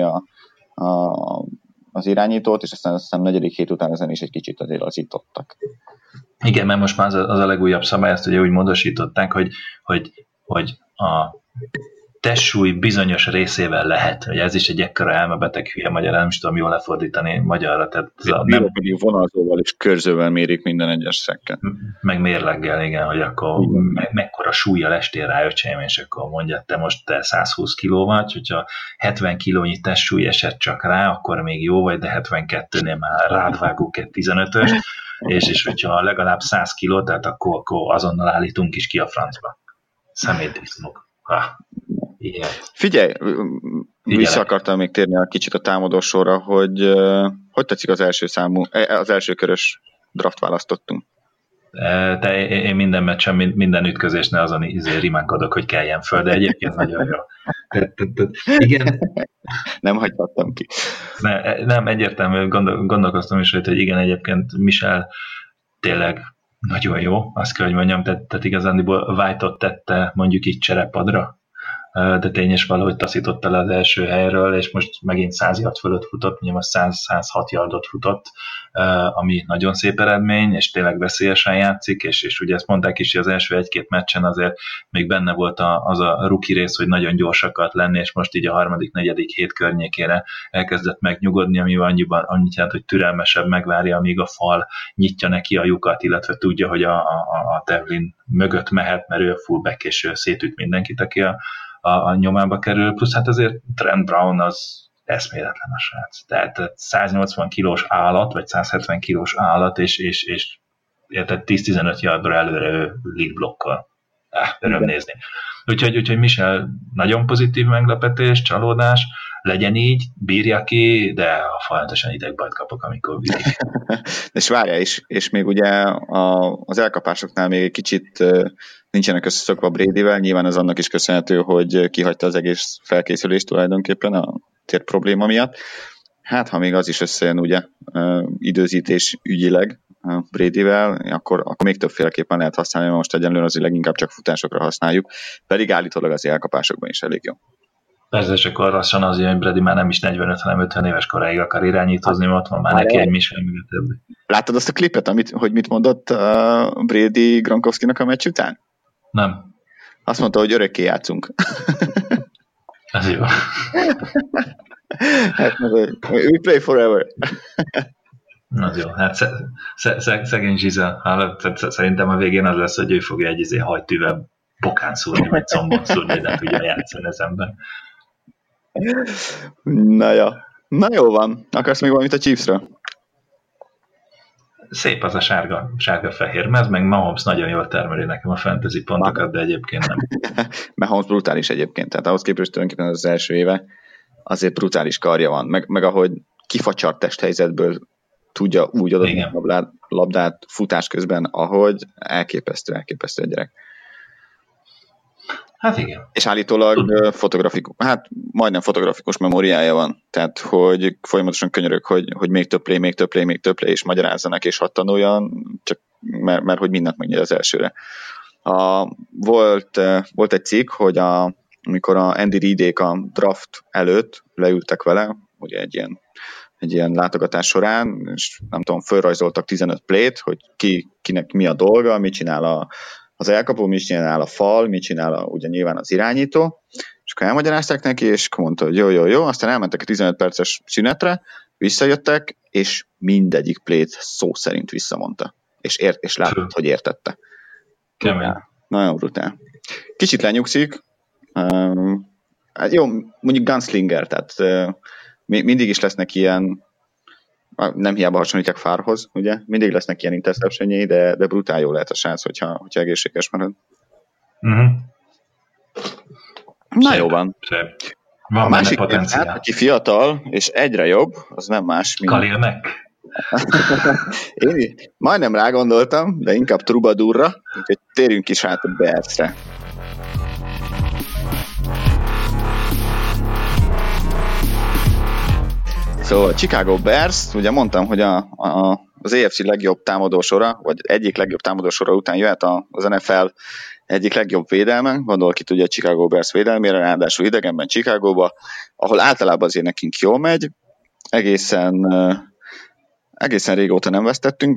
az irányítót, és aztán 4. hét után ezen is egy kicsit azért lazítottak. Igen, mert most már az a legújabb szabály, ezt ugye úgy módosították, hogy a testsúly bizonyos részével lehet, hogy ez is egy ekkora elmebeteg hülye magyar, nem is tudom jól lefordítani magyarra. Tehát nem vonalzóval és körzővel mérik minden egyes szekket. Meg mérleggel, igen, hogy akkor mekkora súllyal estél rá, öcsém, és akkor mondja, te 120 kiló vagy, hogyha 70 kilónyi testsúly esett csak rá, akkor még jó vagy, de 72-nél már rád vágunk egy 15-ös, és hogyha legalább 100 kiló, tehát akkor azonnal állítunk is ki a francba. Szemétdisznók. Igen. Figyelj, vissza akartam még térni egy kicsit a támadó sorra, hogy tetszik az első körös draft választottunk? Én minden meccsen, minden ütközésnél azon rimánkodok, hogy keljen föl, de egyébként nagyon jó. Igen. Nem hagyhattam ki. Nem, egyértelműen gondolkoztam is, hogy igen, egyébként Michel tényleg nagyon jó, azt kell, hogy mondjam, tehát igazándiból White-ot tette mondjuk így cserepadra, de tényes valahogy taszította le az első helyről, és most megint 100 yard fölött futott, mondjam, 106 yardot futott, ami nagyon szép eredmény, és tényleg veszélyesen játszik, és ugye ezt mondták is, hogy az első 1-2 meccsen azért még benne volt az a rookie rész, hogy nagyon gyors akart lenni, és most így a 3.-4. hét környékére elkezdett megnyugodni, ami annyit jelent, hogy türelmesebb, megvárja, amíg a fal nyitja neki a lyukat, illetve tudja, hogy a Devlin mögött mehet, mert ő a fullback, és szétüt mindenkit, aki a nyomába kerül, plusz hát azért Trent Brown az eszméletlen a srác. Tehát 180 kilós állat, vagy 170 kilós állat, és 10-15 yardra előre ő lead blokkal. Öröm nézni. Úgyhogy Michel nagyon pozitív meglepetés, csalódás, legyen így, bírja ki, de folyamatosan idegbajt kapok, amikor bírik. És várjál is, és még ugye az elkapásoknál még egy kicsit nincsenek összeszokva Bradyvel, nyilván ez annak is köszönhető, hogy kihagyta az egész felkészülést tulajdonképpen a tér probléma miatt. Hát, ha még az is összejön, ugye, időzítés ügyileg Bradyvel, akkor még többféleképpen lehet használni, mert most egyenlően azért leginkább csak futásokra használjuk, pedig állítólag az elkapásokban is elég jó. Persze, és akkor lassan az jön, hogy Brady már nem is 45, hanem 50 éves koráig akar irányítozni, mert ott van már neki egy Michel mögött. Láttad azt a klipet, hogy mit mondott Brady Gronkowskinak a meccs után? Nem. Azt mondta, hogy örökké játszunk. Ez jó. Hát, we play forever. Az jó, hát szegény Giselle, szerintem a végén az lesz, hogy ő fogja egy hajtűvel bokán szúrni, vagy combon szúrni, hogy nem tudja játszani az ember. Na jó van. Akarsz még valamit a Chiefsről? Szép az a sárga-fehér mez, meg Mahomes nagyon jól termeli nekem a fantasy pontokat, de egyébként nem. Mahomes brutális egyébként, tehát ahhoz képest tulajdonképpen az első éve azért brutális karja van, meg ahogy kifacsart testhelyzetből tudja úgy adni a labdát futás közben, ahogy elképesztő a gyerek. Hát igen. És állítólag majdnem fotografikus memóriája van, tehát hogy folyamatosan könyörög, hogy még több play, és magyarázzanak, és hadd tanuljon, csak mert hogy mindent megnyer az elsőre. Volt egy cikk, hogy amikor a Andy Reidék a draft előtt leültek vele, ugye egy ilyen látogatás során, és nem tudom, fölrajzoltak 15 play-t, hogy kinek mi a dolga, mit csinál az elkapó, mit csinál a fal, mit csinál ugye nyilván az irányító, és akkor elmagyarázták neki, és mondta, hogy jó, aztán elmentek a 15 perces szünetre, visszajöttek, és mindegyik play-t szó szerint visszamondta. És látott, hogy értette. Kemény. Nagyon brutál. Kicsit lenyugszik, jó, mondjuk gunslinger, tehát mindig is lesznek ilyen, nem hiába hasonlítják Fárhoz, ugye? Mindig lesznek ilyen interceptionjei, de brutál jó lehet a srác, hogyha egészséges marad. Uh-huh. Na szép, jó van. Szép. Van a másik potenciál. Aki fiatal, és egyre jobb, az nem más, mint... Khalil Mack. Én majdnem rágondoltam, de inkább Trubadurra, úgyhogy térjünk is át a Bearsre. Szóval a Chicago Bears, ugye mondtam, hogy az AFC legjobb támadósora, vagy egyik legjobb támadósora után jöhet az NFL egyik legjobb védelme, gondolok itt ugye a Chicago Bears védelmére, ráadásul idegenben Chicagóba, ahol általában azért nekünk jól megy, egészen régóta nem vesztettünk,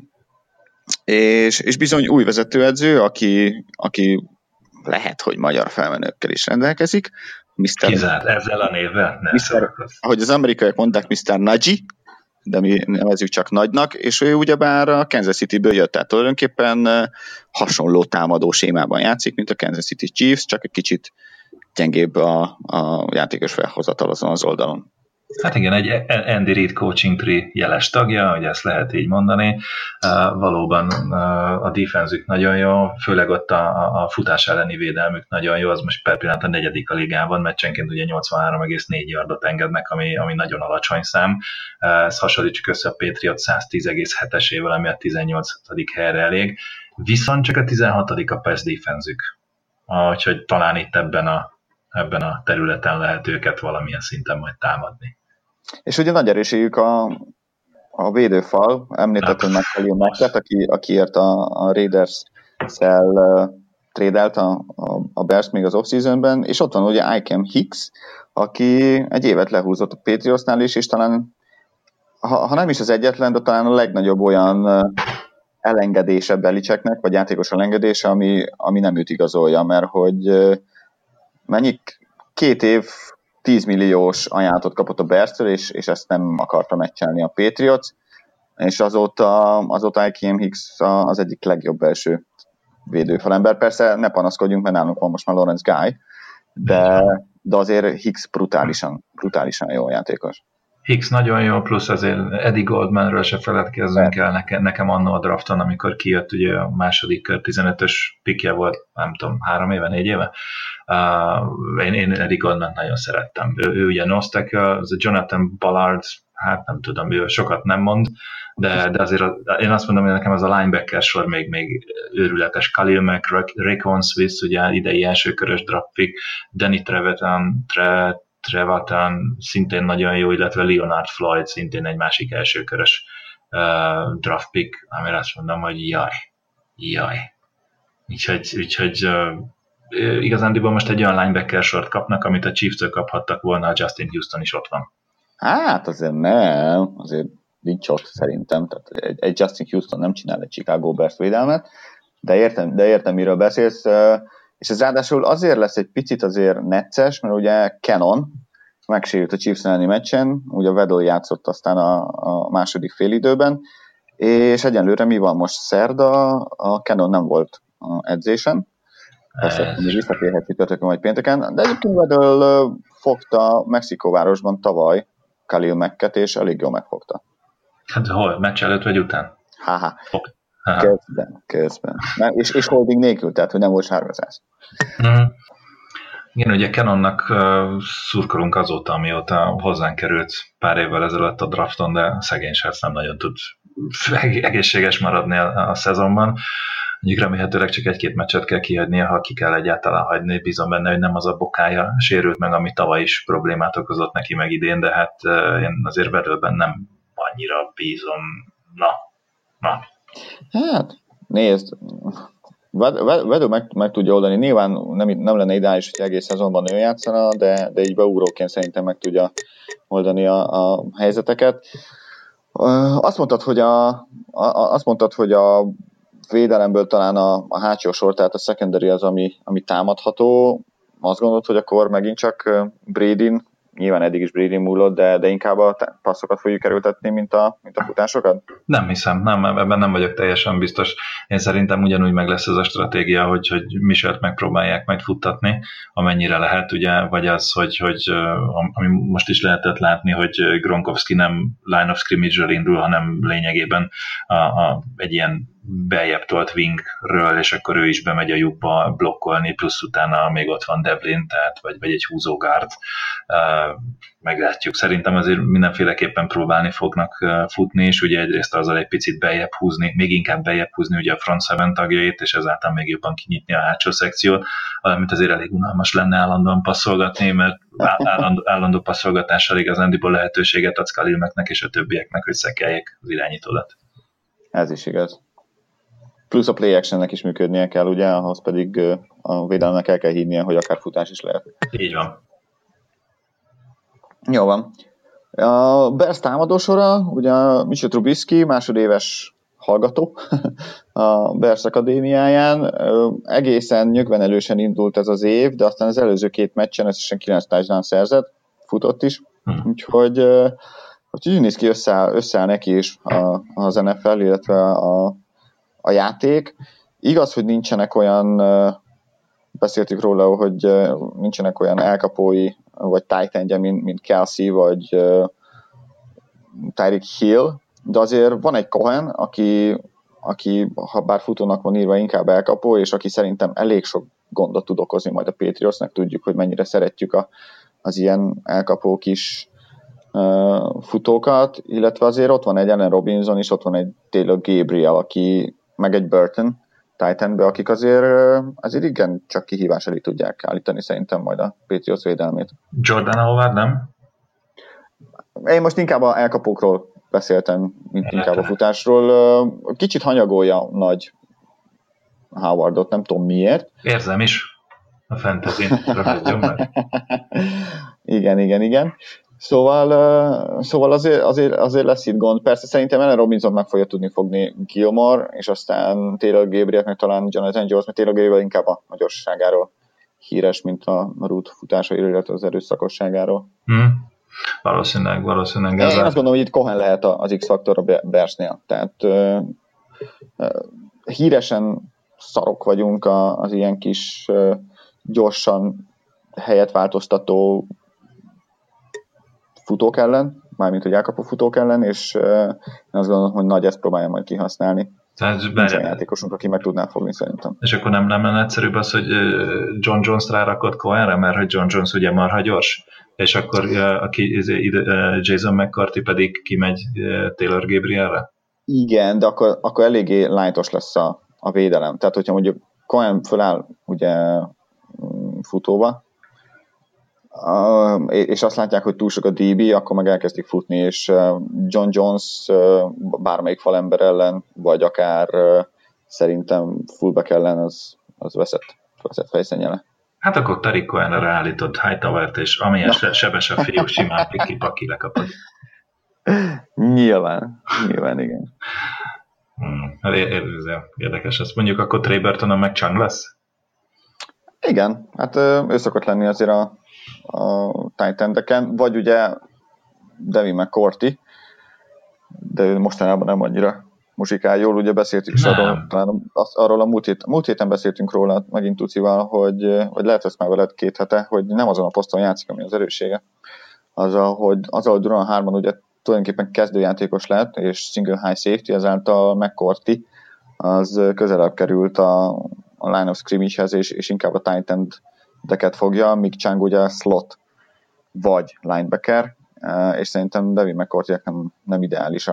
és bizony új vezetőedző, aki lehet, hogy magyar felmenőkkel is rendelkezik, Kizárt ezzel a névvel? Ahogy az amerikaiak mondták, Mr. Nagy, de mi nevezzük csak Nagynak, és ő ugyebár a Kansas Cityből jött, tehát tulajdonképpen hasonló támadó sémában játszik, mint a Kansas City Chiefs, csak egy kicsit gyengébb a játékos felhozatal azon az oldalon. Hát igen, egy Andy Reid coaching tree jeles tagja, hogy ezt lehet így mondani. Valóban a defenzük nagyon jó, főleg ott a futás elleni védelmük nagyon jó, az most per pillanat a 4. a ligában, meccsenként ugye 83,4 yardot engednek, ami nagyon alacsony szám. Ezt hasonlítsuk össze a Patriot 110,7-esével, ami a 18. helyre elég. Viszont csak a 16. a pass defenzük. Úgyhogy talán itt ebben a területen lehet őket valamilyen szinten majd támadni. És ugye nagy erőségük a védőfal, említettem meg Khalil Macket, akiért a Raiders-szel trédelt a Bears még az off-seasonben, és ott van ugye Ikem Hicks, aki egy évet lehúzott a Patriotsnál is, és talán, ha nem is az egyetlen, de talán a legnagyobb olyan elengedése Belichicknek, vagy játékos elengedése, ami nem őt igazolja, mert hogy mennyi 2 év 10 milliós ajánlatot kapott a Bears-től, és ezt nem akarta meccselni a Patriots, és azóta Ikem Hicks az egyik legjobb belső védőfalember. Persze ne panaszkodjunk, mert nálunk van most már Lawrence Guy, de azért Hicks brutálisan jó játékos. Hicks nagyon jó, plusz azért Eddie Goldmanről se feledkezzünk el, nekem annó a drafton, amikor kijött, ugye a második kör 15-ös pikje volt, nem tudom, 3 éve, 4 éve. Én Eddie Goldman nagyon szerettem. Ő ugye nose-tackle, az a Jonathan Ballard, hát nem tudom, ő sokat nem mond, de azért én azt mondom, hogy nekem az a linebacker sor még őrületes. Khalil Mack, Raekwon Smith, ugye idei elsőkörös draft pick, Danny Trevathan szintén nagyon jó, illetve Leonard Floyd szintén egy másik elsőkörös draft pick, amire azt mondom, hogy jaj. Úgyhogy igazándiból most egy olyan linebacker sort kapnak, amit a Chiefs-től kaphattak volna, a Justin Houston is ott van. Hát azért nem, azért nincs ott szerintem, tehát egy Justin Houston nem csinál egy Chicago Bears védelmet, de értem miről beszélsz, és ez ráadásul azért lesz egy picit azért necces, mert ugye Cannon megsérült a Chiefs elleni meccsen, ugye a Weddle játszott aztán a második félidőben, És egyenlőre mi van most? Szerda, a Cannon nem volt a edzésen, persze visszatérhet csütörtökön vagy pénteken, de egyébként Weddle fogta Mexikóvárosban tavaly Khalil Macket, és elég jól megfogta. Hát hol? Meccs előtt vagy után? Haha. Közben. És holding nélkül, tehát hogy nem volt sárgazás. Igen, ugye Cannonnak szurkolunk azóta, amióta hozzánk került pár évvel ezelőtt a drafton, de szegény srác nem nagyon tud egészséges maradni a szezonban. Mondjuk remélhetőleg csak egy-két meccset kell kihagynia, ha ki kell egyáltalán hagyni. Bízom benne, hogy nem az a bokája sérült meg, ami tavaly is problémát okozott neki meg idén, de hát én azért Weddle-ben nem annyira bízom. Na. Hát, nézd, Weddle meg tudja oldani. Nyilván nem lenne ideális, hogy egész szezonban ő játszana, de így beugróként szerintem meg tudja oldani a helyzeteket. Azt mondtad, hogy a védelemből talán a hátsó sor, tehát a secondary az, ami támadható. Azt gondolod, hogy akkor megint csak Brady-n, nyilván eddig is Brady múlott, de inkább a passzokat fogjuk erőltetni, mint a futásokat? Nem hiszem, ebben nem vagyok teljesen biztos. Én szerintem ugyanúgy meg lesz ez a stratégia, hogy Michelt megpróbálják majd futtatni, amennyire lehet, ugye, vagy az, hogy ami most is lehetett látni, hogy Gronkowski nem line of scrimmage-ről indul, hanem lényegében egy ilyen beljebb tolt wingről, és akkor ő is bemegy a lyukba blokkolni, plusz utána még ott van Devlin, tehát vagy egy húzógárd. Meglátjuk. Szerintem azért mindenféleképpen próbálni fognak futni, és ugye egyrészt azzal egy picit beljebb húzni, még inkább beljebb húzni ugye a front seven tagjait, és ezáltal még jobban kinyitni a hátsó szekciót, valamint azért elég unalmas lenne állandóan passzolgatni, mert állandó passzolgatással igazándiból lehetőséget adsz Khalil Macknek és a többieknek, hogy szekeljék az irányítódat. Ez is igaz. Plusz a play actionnek is működnie kell, ugye, ahhoz pedig a védelemnek el kell hívnia, hogy akár futás is lehet. Így van. Jó van. A Bears támadósora, ugye Mitchell Trubisky, másodéves hallgató a Bears akadémiáján. Egészen nyögvenelősen indult ez az év, de aztán az előző két meccsen összesen 9 touchdown szerzett, futott is, úgyhogy úgy néz ki összeáll neki is az NFL, illetve a játék. Igaz, hogy nincsenek olyan, beszéltük róla, hogy nincsenek olyan elkapói, vagy tight endje, mint Kelsey, vagy Tyreek Hill, de azért van egy Cohen, aki ha bár futónak van írva, inkább elkapó, és aki szerintem elég sok gondot tud okozni majd a Patriotsnak. Tudjuk, hogy mennyire szeretjük az ilyen elkapó kis futókat, illetve azért ott van egy Allen Robinson, és ott van egy Taylor Gabriel, meg egy Burton Titanbe, akik azért igen csak kihívás elé tudják állítani szerintem majd a Patriots védelmét. Jordan Howard nem? Én most inkább a elkapókról beszéltem, mint inkább a futásról. Kicsit hanyagolja nagy Howardot, nem tudom miért. Érzem is a fantasy-n. Igen. Szóval azért lesz itt gond. Persze szerintem Allen Robinson meg fogja tudni fogni Gilmore, és aztán Taylor Gabriel, meg talán Jonathan Jones, mert Taylor Gabriel inkább a gyorsaságáról híres, mint a route futásairól, illetve az erőszakosságáról. Valószínűleg. Én azt gondolom, hogy itt Cohen lehet az X-faktor a Bearsnél. Tehát híresen szarok vagyunk az ilyen kis gyorsan helyet változtató futók ellen, mármint hogy elkapó futók ellen, és én azt gondolom, hogy nagy ezt próbálja majd kihasználni. Nincs olyan játékosunk, aki meg tudná fogni szerintem. És akkor nem lenne egyszerűbb az, hogy John Jones rárakott Cohenre, mert hogy John Jones ugye marha gyors, és akkor Jason McCarthy pedig kimegy Taylor Gabrielre? Igen, de akkor eléggé lightos lesz a védelem. Tehát, hogyha mondjuk Cohen föláll ugye futóba, és azt látják, hogy túl sok a DB, akkor meg elkezdik futni, és John Jones bármelyik falember ellen, vagy akár szerintem fullback ellen az veszett fejszennyele. Hát akkor Tariq Cohenre ráállított Hightowert, és amilyen sebesebb fiú simán piki-paki lekapod. Nyilván, igen. Érdekes ez. Mondjuk akkor Trey Burtonon meg Chung lesz? Igen, hát ő szokott lenni azért a tight endeken, vagy ugye Devin McCourty, de ő mostanában nem annyira. muzsikál jól, ugye beszéltük is arról a múlt héten beszéltünk róla megint Tucival, hogy lehet ezt már veled 2 hete, hogy nem azon a poszton játszik, ami az erőssége. Azzal, hogy Duran Harmon ugye tulajdonképpen kezdőjátékos lett, és single high safety, ezáltal McCourty az közelebb került a line of scrimmage-hez, és inkább a tight end-eket fogja, míg Chang ugye slot vagy linebacker, és szerintem Devin McCourty nem ideális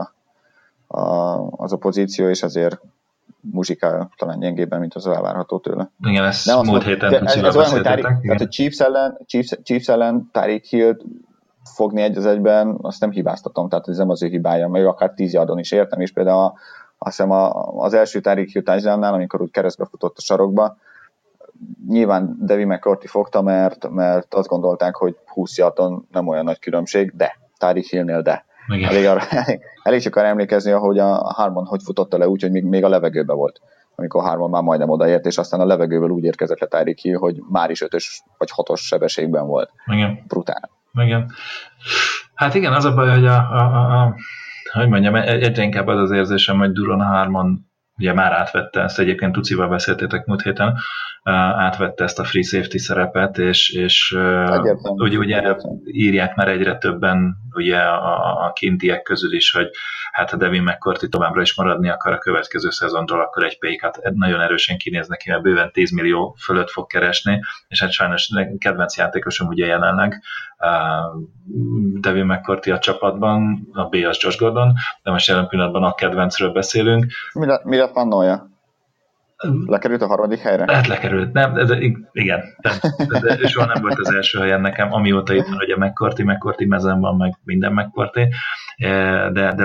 az a pozíció, és azért muzsikál talán gyengébben, mint az elvárható tőle. Igen, ezt múlt héten ez olyan, hogy tehát a Chiefs ellen Tyreek Hill fogni egy az egyben, azt nem hibáztatom, tehát ez nem az ő hibája, meg akár 10 yardon is értem, és például azt hiszem az első Tyreek Hill touchdownnál, amikor úgy keresztbe futott a sarokba, nyilván Devin McCourty fogta, mert azt gondolták, hogy 20 yardon nem olyan nagy különbség, de Tyreek Hillnél de. Elég csak arra emlékezni, ahogy a Harmon hogy futotta le, úgyhogy még a levegőben volt, amikor Harmon már majdnem odaért, és aztán a levegőből úgy érkezett le Tyreek Hill, hogy már is 5-ös vagy 6-os sebességben volt. Igen. Brutál. Igen. Hát igen, az a baj, hogy hogy mondjam, egyre inkább az érzésem, hogy Duran Harmon ugye már átvette ezt, egyébként Tucival beszéltétek múlt héten, átvette ezt a free safety szerepet, és ugye írják már egyre többen ugye a kintiek közül is, hogy hát ha Devin McCourty továbbra is maradni akar a következő szezonról, akkor egy pay-cut nagyon erősen kinéz neki, mert bőven 10 millió fölött fog keresni, és hát sajnos kedvenc játékosom ugye jelenleg Devin McCourty a csapatban, a B az Josh Gordon, de most jelen pillanatban a kedvencről beszélünk. Mi lett Pannolja? Lekerült a 3. helyre? Hát lekerült, nem, igen. De soha nem volt az első helyen nekem, amióta itt van, hogy a McCourty mezen van, meg minden McCourty, de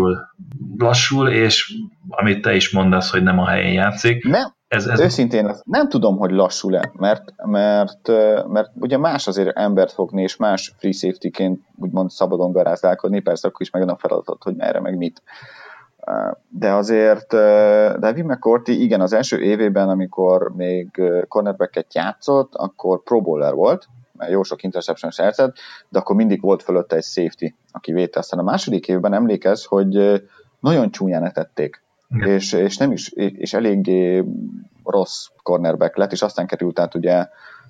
lassul, és amit te is mondasz, hogy nem a helyén játszik. Nem, őszintén nem tudom, hogy lassul-e, mert ugye más azért embert fogni, és más free safety-ként úgymond szabadon garázdálkodni, persze akkor is megad a feladatot, hogy merre, meg mit. De azért Devin McCourty, igen, az első évében, amikor még cornerbacket játszott, akkor pro bowler volt, mert jó sok interception szerzett, de akkor mindig volt fölötte egy safety, aki védte. Aztán a második évben emlékez, hogy nagyon csúnyán etették, és nem is, és eléggé rossz cornerback lett, és aztán került át ugye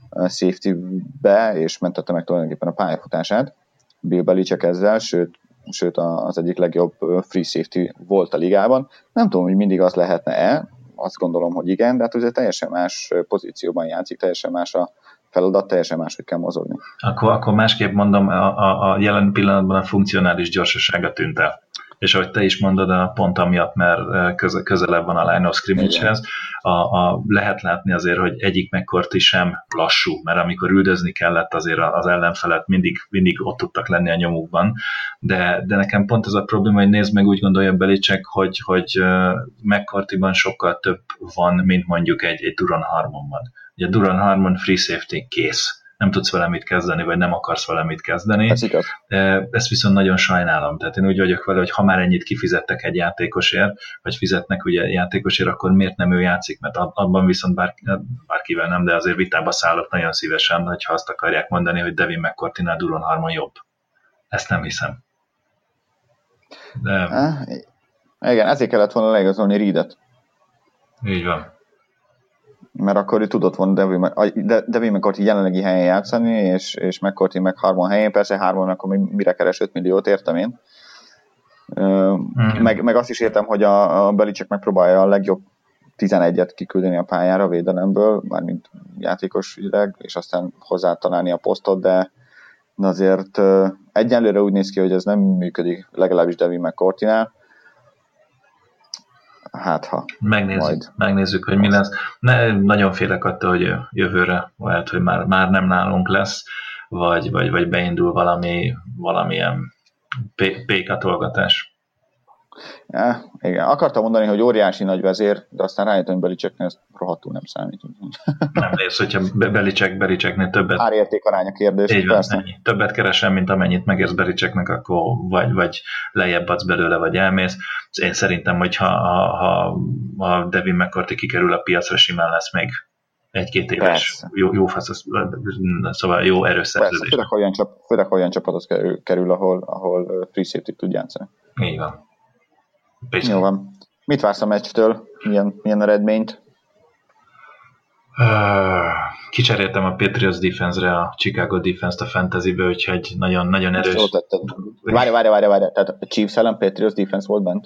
safety-be, és mentette meg tulajdonképpen a pályafutását. Bill Belichick ezzel, sőt az egyik legjobb free safety volt a ligában. Nem tudom, hogy mindig az lehetne-e, azt gondolom, hogy igen, de hát ugye teljesen más pozícióban játszik, teljesen más a feladat, teljesen máshogy kell mozogni. Akkor másképp mondom, a jelen pillanatban a funkcionális gyorsasága tűnt el. És ahogy te is mondod, pont amiatt, mert közelebb van a line of scrimmage-hez, lehet látni azért, hogy egyik McCourty sem lassú, mert amikor üldözni kellett, azért az ellenfelet mindig ott tudtak lenni a nyomukban, de nekem pont ez a probléma, hogy nézd meg, úgy gondolja Belichick, hogy McCourtyban sokkal több van, mint mondjuk egy Duran Harmonban. Ugye Duran Harmon free safety kész. Nem tudsz vele mit kezdeni, vagy nem akarsz vele mit kezdeni. Ezt viszont nagyon sajnálom. Tehát én úgy vagyok vele, hogy ha már ennyit kifizettek egy játékosért, vagy fizetnek ugye játékosért, akkor miért nem ő játszik? Mert abban viszont bárkivel nem, de azért vitába szállok nagyon szívesen, hogyha azt akarják mondani, hogy Devin McCourtynál Duran Harmon jobb. Ezt nem hiszem. De... Igen, ezért kellett volna leigazolni Reedet. Így van. Mert akkor ő tudott volna Devin McCourty jelenlegi helyen játszani, és McCourty meg Harmon helyén, persze Harmon akkor mire keres 5 milliót, értem én. Meg azt is értem, hogy a Belichick megpróbálja a legjobb 11-et kiküldeni a pályára a védelemből, mármint játékos ügyleg, és aztán hozzátalálni a posztot, de azért egyenlőre úgy néz ki, hogy ez nem működik, legalábbis Devin McCourtynál. Hát ha. Megnézzük, hogy mi lesz. Nagyon félek attól, hogy jövőre lehet, hogy már nem nálunk lesz, vagy beindul valamilyen pékatolgatás. Ja, igen. Akartam mondani, hogy óriási nagy vezér, de aztán rájöttem, hogy Belichicknél ez rohadtul nem számít. Nem nézz, hogyha Belichicknél többet... Árérték aránya kérdés. Így van, többet keresem, mint amennyit megérsz Belichicknek, akkor vagy lejjebb adsz belőle, vagy elmész. Én szerintem, hogy ha Devin McCourty kikerül a piacra, simán lesz még 1-2 éves jó fasz, szóval jó erőszerződés. Főleg olyan csapathoz kerül, ahol free safety tud játszani. Így van. Jó van. Mit vársz a meccstől? Milyen eredményt? Kicseréltem a Patriots defense-re a Chicago defense-t a fantasy-be, úgyhogy nagyon erős. Várj. Tehát a Chiefs ellen Patriots defense volt bent?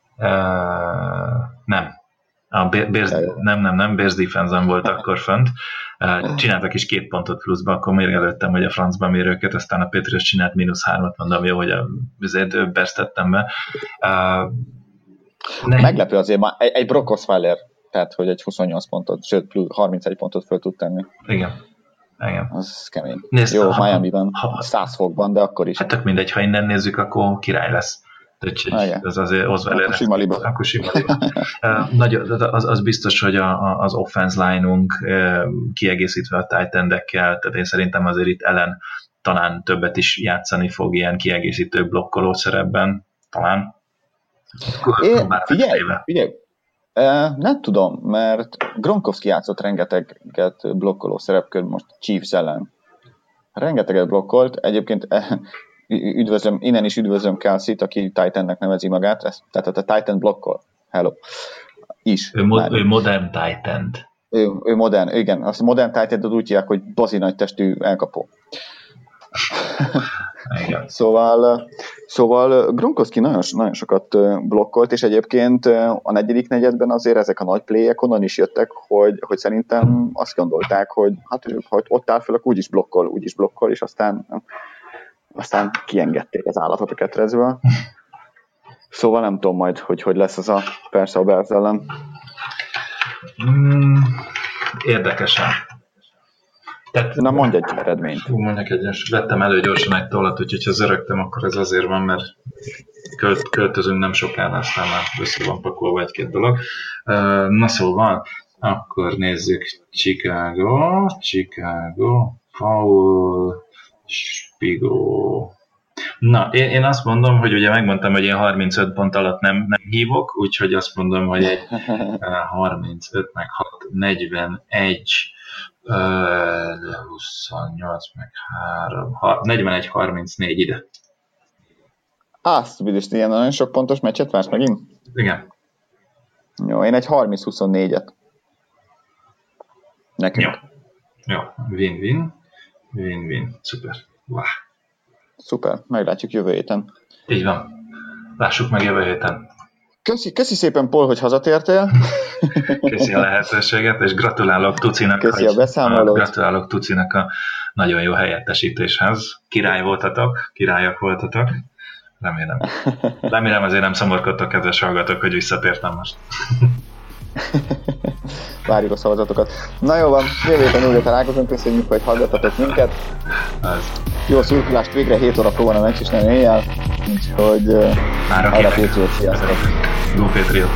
Nem. A Bears defense-en volt akkor fönt. Csináltak is 2 pontot pluszba, akkor mérgelődtem, hogy a francba mér őket, aztán a Patriots csinált -3-at, mondom, jó, hogy a Bears tettem be. Meglepő azért már egy Brock Osweiler, tehát hogy egy 28 pontot, sőt 31 pontot föl tud tenni. Igen. Az kemény. Nézd, jó, Miami-ban 100 fokban, de akkor is. Hát tök mindegy, ha innen nézzük, akkor király lesz. Ez azért Osweiler. Akkor sima liba. Az biztos, hogy az offense line-unk kiegészítve a tight endekkel, tehát én szerintem azért itt Allen talán többet is játszani fog ilyen kiegészítő blokkoló szerepben. Talán. Figyelj! Nem tudom, mert Gronkowski játszott rengeteget blokkoló szerepkör most Chiefs ellen. Rengeteget blokkolt, egyébként innen is üdvözlöm Kelsey-t, aki Titannek nevezi magát, tehát a Titan blokkol. Hello. Is. Ő modern Titan. Ő modern, igen. Azt a modern Titan-t úgy hívják, hogy bazi nagy testű elkapó. Igen. Szóval Gronkowski nagyon sokat blokkolt, és egyébként a negyedik negyedben azért ezek a nagy playek onnan is jöttek, hogy szerintem azt gondolták, hogy hát hogy ott áll fel, akkor úgyis blokkol, és aztán kiengedték az állatot a ketrezből. Szóval nem tudom majd, hogy lesz az a persze a Bears ellen. Érdekesen. Na mondj egy eredményt. Mondjuk vettem elő gyorsan egy tollat, úgyhogy ha zörögtem, akkor ez azért van, mert költözünk nem sokára, aztán már össze van pakolva egy-két dolog. Na szóval, akkor nézzük Chicago, Paul, Spigo. Na, én azt mondom, hogy ugye megmondtam, hogy én 35 pont alatt nem hívok, úgyhogy azt mondom, hogy egy 35 meg 6, 41, 28 meg 3, 41-34 ide. Azt biztos, ilyen nagyon sok pontos meccset vársz megint? Igen. Jó, én egy 30-24-et. Nekünk. Jó. Win-win. Szuper. Wow. Szuper, meglátjuk jövő héten. Így van. Lássuk meg jövő héten. Köszi szépen, Paul, hogy hazatértél. Köszi a lehetőséget, és gratulálok Tucinak. Köszi a beszámolót. Gratulálok Tucinak a nagyon jó helyettesítéshez. Királyok voltatok. Remélem azért nem szomorkodtok, kedves hallgatók, hogy visszatértem most. Várjuk a szavazatokat. Na jó van, jövő héten újra találkozunk, köszönjük, hogy hallgattatok minket. Jó szurkolást, végre 7 óra van a meccs, és nem éjjel. Úgyhogy arra Patriots, sziasztok! Go Patriots!